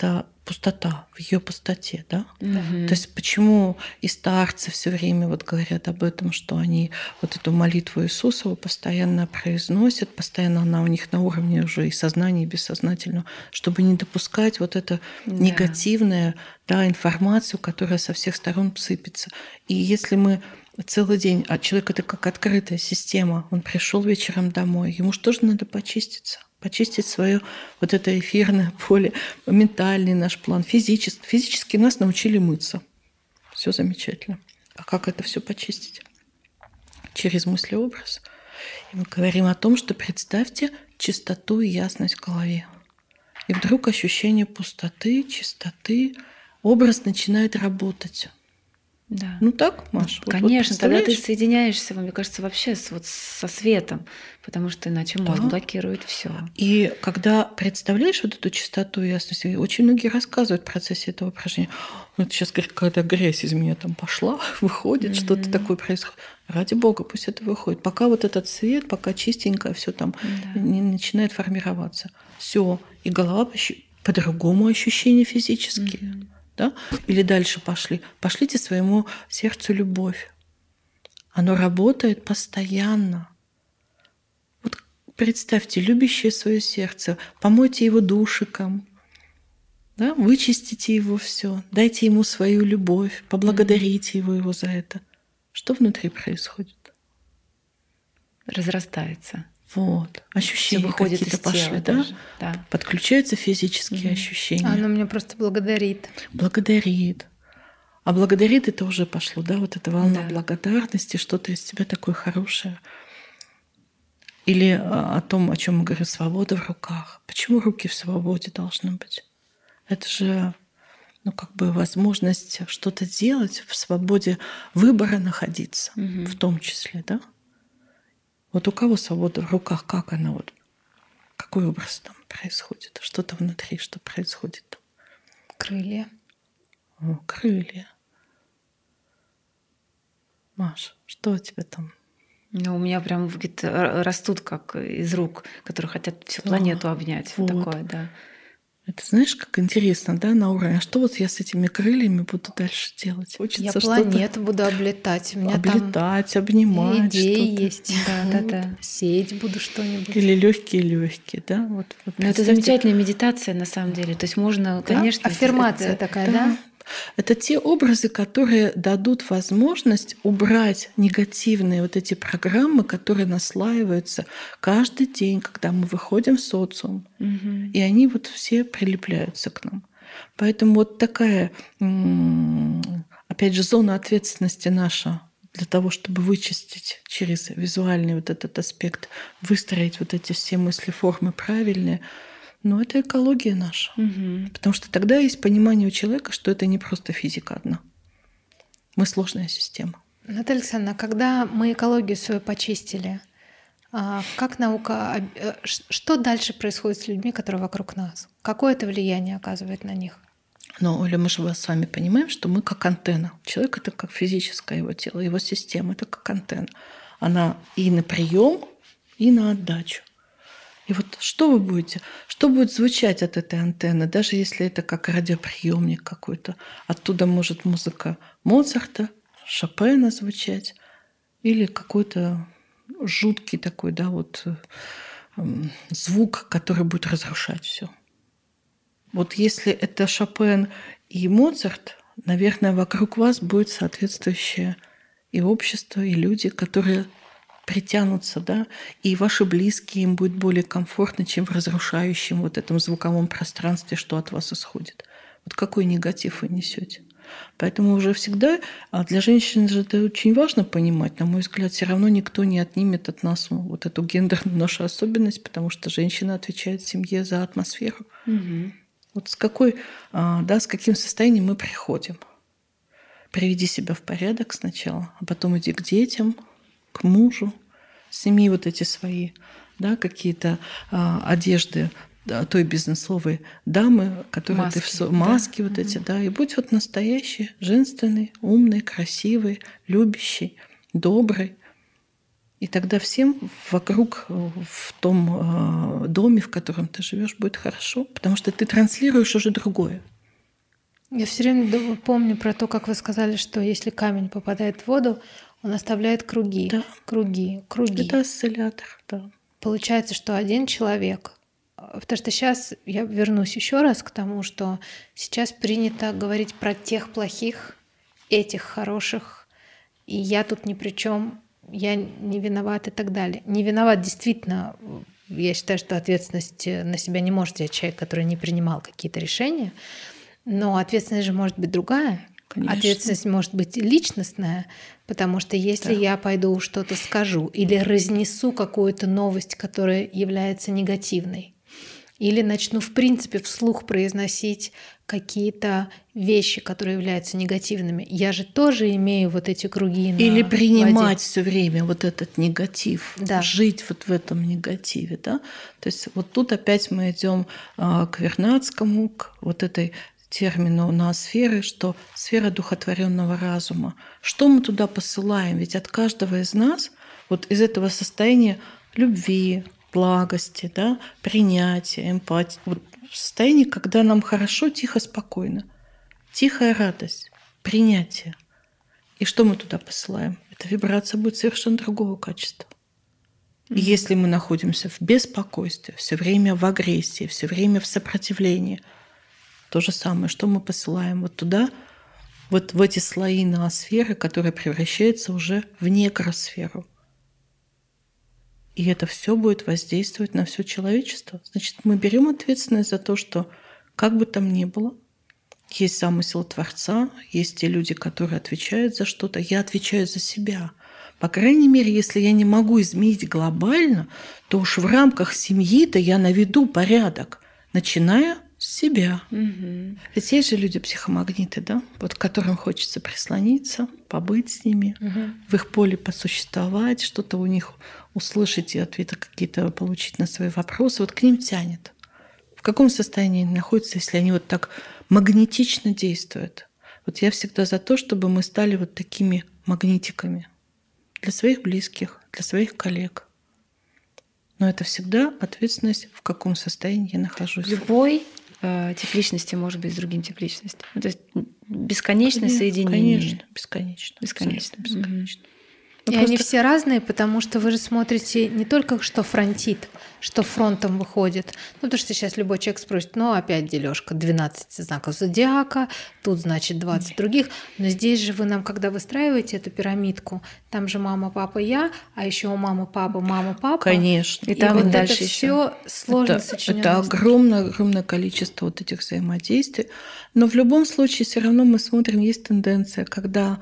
пустота, в ее пустоте, да?
Мгм.
То есть почему и старцы все время вот говорят об этом, что они вот эту молитву Иисусову постоянно произносят, постоянно она у них на уровне уже и сознания, и бессознательного, чтобы не допускать вот это
Да.
негативное, да, информацию, которая со всех сторон сыпется. И если мы целый день, а человек это как открытая система, он пришел вечером домой, ему же тоже надо почиститься, почистить свое вот это эфирное поле, ментальный наш план, физически. Физически нас научили мыться. Все замечательно. А как это все почистить? Через мыслеобраз. И мы говорим о том, что представьте чистоту и ясность в голове. И вдруг ощущение пустоты, чистоты, образ начинает работать.
Да.
Ну так, Маша?
Конечно, тогда ты
представляешь?
соединяешься, мне кажется, вообще со светом, потому что иначе мозг
Да.
блокирует все.
И когда представляешь вот эту чистоту и ясность, и очень многие рассказывают в процессе этого упражнения, ну, это сейчас какая-то грязь из меня там пошла, выходит, что-то такое происходит. Ради Бога, пусть это выходит. Пока вот этот свет, пока чистенько все там не начинает формироваться. Все. И голова по-другому ощущения физические. Да? Или дальше пошли. Пошлите своему сердцу любовь. Оно работает постоянно. Вот представьте, любящее свое сердце, помойте его душиком, да? Вычистите его все, дайте ему свою любовь, поблагодарите его за это. Что внутри происходит?
Разрастается.
Вот. Ощущения
выходит
какие-то
из тела
пошли, да?
даже, да.
Подключаются физические ощущения.
Она меня просто благодарит.
Благодарит. А благодарит это уже пошло, да, вот эта волна
Да.
благодарности, что-то из тебя такое хорошее. Или о том, о чем мы говорим, свобода в руках. Почему руки в свободе должны быть? Это же, ну, как бы возможность что-то делать, в свободе выбора находиться, в том числе, да? Вот у кого свобода в руках, как она вот, какой образ там происходит, что-то внутри, что происходит там?
Крылья.
О, крылья. Маш, что у тебя там?
Ну, у меня прям какие-то растут как из рук, которые хотят всю планету обнять. Вот
вот.
такое, да.
Это знаешь, как интересно, да, на уровне. А что вот я с этими крыльями буду дальше делать? Хочется
Я
что-то
планету буду облетать. У меня
облетать,
там
обнимать.
идеи
что-то.
есть.
Да.
Сеять буду что-нибудь.
Или легкие, да? Вот
Но это
представьте.
замечательная медитация на самом деле. То есть можно, конечно...
Аффирмация
это-
такая, да?
Это те образы, которые дадут возможность убрать негативные вот эти программы, которые наслаиваются каждый день, когда мы выходим в социум.
Мгм.
И они вот все прилепляются к нам. Поэтому вот такая, опять же, зона ответственности наша для того, чтобы вычистить через визуальный вот этот аспект, выстроить вот эти все мысли, формы правильные, но это экология наша.
Мгм.
Потому что тогда есть понимание у человека, что это не просто физика одна. Мы сложная система.
Наталья Александровна, когда мы экологию свою почистили, как наука, что дальше происходит с людьми, которые вокруг нас? Какое это влияние оказывает на них?
Но, Оля, мы же с вами понимаем, что мы как антенна. Человек — это как физическое его тело, его система — это как антенна. Она и на прием, и на отдачу. И вот что вы будете, что будет звучать от этой антенны, даже если это как радиоприемник какой-то. Оттуда может музыка Моцарта, Шопена звучать, или какой-то жуткий такой, да, вот звук, который будет разрушать все. Вот если это Шопен и Моцарт, наверное, вокруг вас будет соответствующее и общество, и люди, которые притянутся, да, и ваши близкие, им будет более комфортно, чем в разрушающем вот этом звуковом пространстве, что от вас исходит. Вот какой негатив вы несете. Поэтому уже всегда, а для женщин же это очень важно понимать, на мой взгляд, все равно никто не отнимет от нас вот эту гендерную нашу особенность, потому что женщина отвечает в семье за атмосферу.
Мгм.
Вот с каким состоянием мы приходим. Приведи себя в порядок сначала, а потом иди к детям, к мужу, сними вот эти свои, да, какие-то одежды той бизнесовой дамы, которые маски вот эти, да, и будь вот настоящий, женственный, умный, красивый, любящий, добрый. И тогда всем вокруг в том доме, в котором ты живешь, будет хорошо, потому что ты транслируешь уже другое.
Я все время помню про то, как вы сказали, что если камень попадает в воду, он оставляет круги,
Да.
круги.
Это осциллятор, да.
Получается, что один человек, потому что сейчас я вернусь еще раз к тому, что сейчас принято говорить про тех плохих, этих хороших, и я тут ни при чем, я не виноват и так далее. Не виноват действительно. Я считаю, что ответственность на себя не может взять человек, который не принимал какие-то решения, но ответственность же может быть другая.
Конечно.
Ответственность может быть личностная, потому что если я пойду что-то скажу или разнесу какую-то новость, которая является негативной, или начну в принципе вслух произносить какие-то вещи, которые являются негативными, я же тоже имею вот эти круги на
Или принимать
воде.
все время вот этот негатив,
Да.
жить вот в этом негативе, да. То есть вот тут опять мы идем к Вернадскому, к вот этой термину ноосферы, что сфера духотворенного разума. Что мы туда посылаем? Ведь от каждого из нас вот из этого состояния любви, благости, да, принятия, эмпатии, вот состояние, когда нам хорошо, тихо, спокойно. Тихая радость, принятие. И что мы туда посылаем? Эта вибрация будет совершенно другого качества. И если мы находимся в беспокойстве, все время в агрессии, все время в сопротивлении, то же самое, что мы посылаем вот туда, вот в эти слои ноосферы, которые превращаются уже в некросферу. И это все будет воздействовать на все человечество. Значит, мы берем ответственность за то, что как бы там ни было, есть замысел Творца, есть те люди, которые отвечают за что-то. Я отвечаю за себя. По крайней мере, если я не могу изменить глобально, то уж в рамках семьи-то я наведу порядок, начиная с себя.
Угу.
Ведь есть же люди-психомагниты, да, вот к которым хочется прислониться, побыть с ними, в их поле посуществовать, что-то у них услышать и ответы какие-то получить на свои вопросы. Вот к ним тянет. В каком состоянии они находятся, если они вот так магнетично действуют? Вот я всегда за то, чтобы мы стали вот такими магнитиками для своих близких, для своих коллег. Но это всегда ответственность, в каком состоянии я нахожусь.
Любой тип личности может быть с другим тип личности. Ну, то есть бесконечное соединение.
Конечно, бесконечно.
Бесконечно.
Бесконечно.
И они все разные, потому что вы же смотрите не только, что фронтит, что фронтом выходит. Ну, потому что сейчас любой человек спросит, ну, опять дележка 12 знаков зодиака, тут, значит, 20 других. Но здесь же вы нам, когда выстраиваете эту пирамидку, там же мама, папа, я, а еще у мамы, папы, мама, папа.
Конечно.
И там
вот
дальше
это
еще.
все сложно сочинено.
Это огромное количество вот этих взаимодействий. Но в любом случае все равно мы смотрим, есть тенденция, когда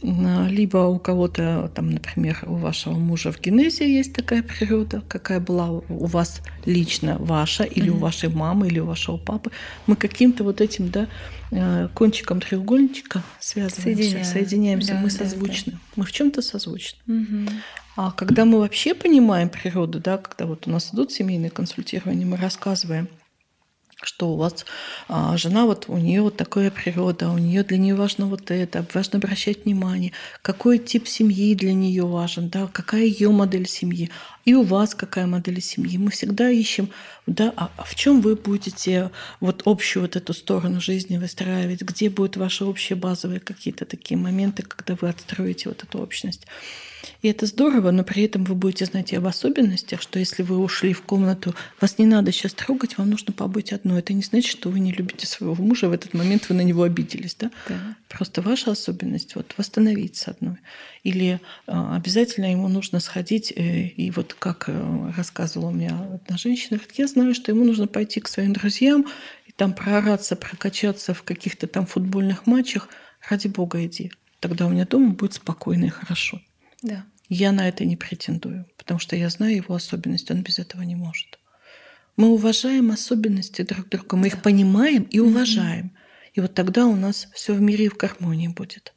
либо у кого-то, там, например, у вашего мужа в генезе есть такая природа, какая была у вас лично ваша, или у вашей мамы, или у вашего папы. Мы каким-то вот этим, да, кончиком треугольничка соединяемся,
Да,
мы созвучны. Мы в чем-то созвучны. А когда мы вообще понимаем природу, да, когда вот у нас идут семейные консультирования, мы рассказываем, что у вас жена, вот у нее вот такая природа, у нее для нее важно вот это, важно обращать внимание, какой тип семьи для нее важен, да, какая ее модель семьи, и у вас какая модель семьи. Мы всегда ищем, да, а в чем вы будете вот общую вот эту сторону жизни выстраивать, где будут ваши общие базовые какие-то такие моменты, когда вы отстроите вот эту общность. И это здорово, но при этом вы будете знать и об особенностях, что если вы ушли в комнату, вас не надо сейчас трогать, вам нужно побыть одной. Это не значит, что вы не любите своего мужа, в этот момент вы на него обиделись. Да?
Да.
Просто ваша особенность вот, восстановиться одной. Или обязательно ему нужно сходить, и вот как рассказывала у меня одна женщина, говорит, я знаю, что ему нужно пойти к своим друзьям и там проораться, прокачаться в каких-то там футбольных матчах. Ради Бога иди. Тогда у меня дома будет спокойно и хорошо.
Да.
Я на это не претендую, потому что я знаю его особенности, он без этого не может. Мы уважаем особенности друг друга, мы их понимаем и уважаем. И вот тогда у нас все в мире и в гармонии будет.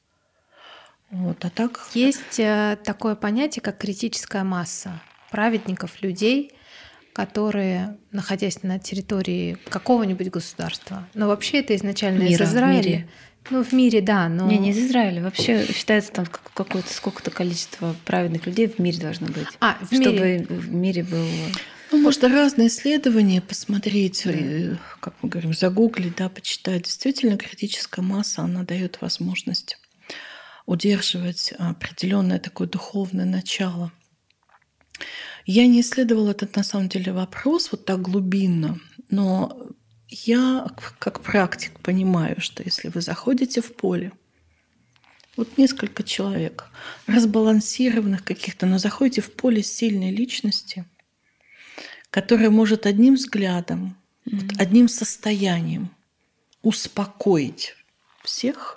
Вот, а так...
Есть такое понятие, как критическая масса праведников, людей, которые, находясь на территории какого-нибудь государства, но вообще это изначально
Мира,
из Израиля.
в мире.
Ну, в мире, да, но...
Не из Израиля. Вообще считается там какое-то сколько-то количество праведных людей в мире должно быть.
В
чтобы
мире.
в мире был
Ну, можно разные исследования посмотреть, как мы говорим, загуглить, да, почитать. Действительно, критическая масса, она дает возможность удерживать определенное такое духовное начало. Я не исследовала этот, на самом деле, вопрос вот так глубинно, но я, как практик, понимаю, что если вы заходите в поле, вот несколько человек, разбалансированных каких-то, но заходите в поле сильной личности, которая может одним взглядом, вот одним состоянием успокоить всех,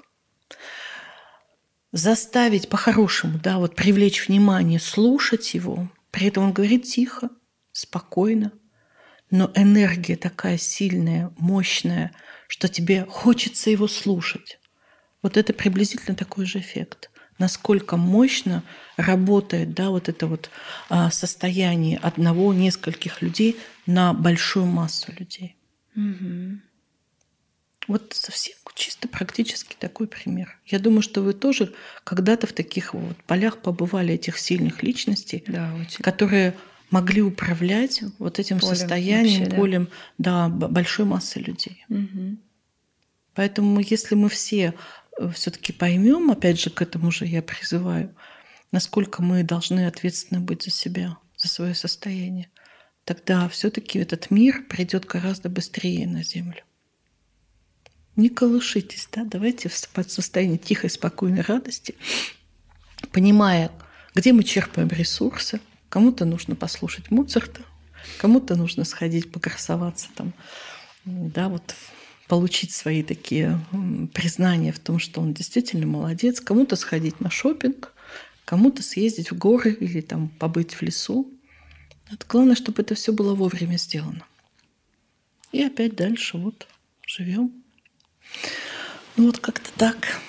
заставить по-хорошему, да, вот привлечь внимание, слушать его. При этом он говорит тихо, спокойно, но энергия такая сильная, мощная, что тебе хочется его слушать. Вот это приблизительно такой же эффект. Насколько мощно работает, да, вот это вот состояние одного, нескольких людей на большую массу людей.
Угу.
Вот совсем чисто практически такой пример. Я думаю, что вы тоже когда-то в таких вот полях побывали, этих сильных личностей,
Да, очень.
которые могли управлять вот этим
Полем
состоянием,
вообще, да.
полем, да, большой массы людей.
Угу.
Поэтому если мы все все-таки поймем, опять же, к этому же я призываю, насколько мы должны ответственно быть за себя, за свое состояние, тогда все-таки этот мир придет гораздо быстрее на Землю. Не колышитесь, да? Давайте в состоянии тихой, спокойной радости, понимая, где мы черпаем ресурсы. Кому-то нужно послушать Моцарта, кому-то нужно сходить покрасоваться там, да, вот получить свои такие признания в том, что он действительно молодец, кому-то сходить на шопинг, кому-то съездить в горы или там побыть в лесу. Это главное, чтобы это все было вовремя сделано. И опять дальше вот живем. Ну вот как-то так.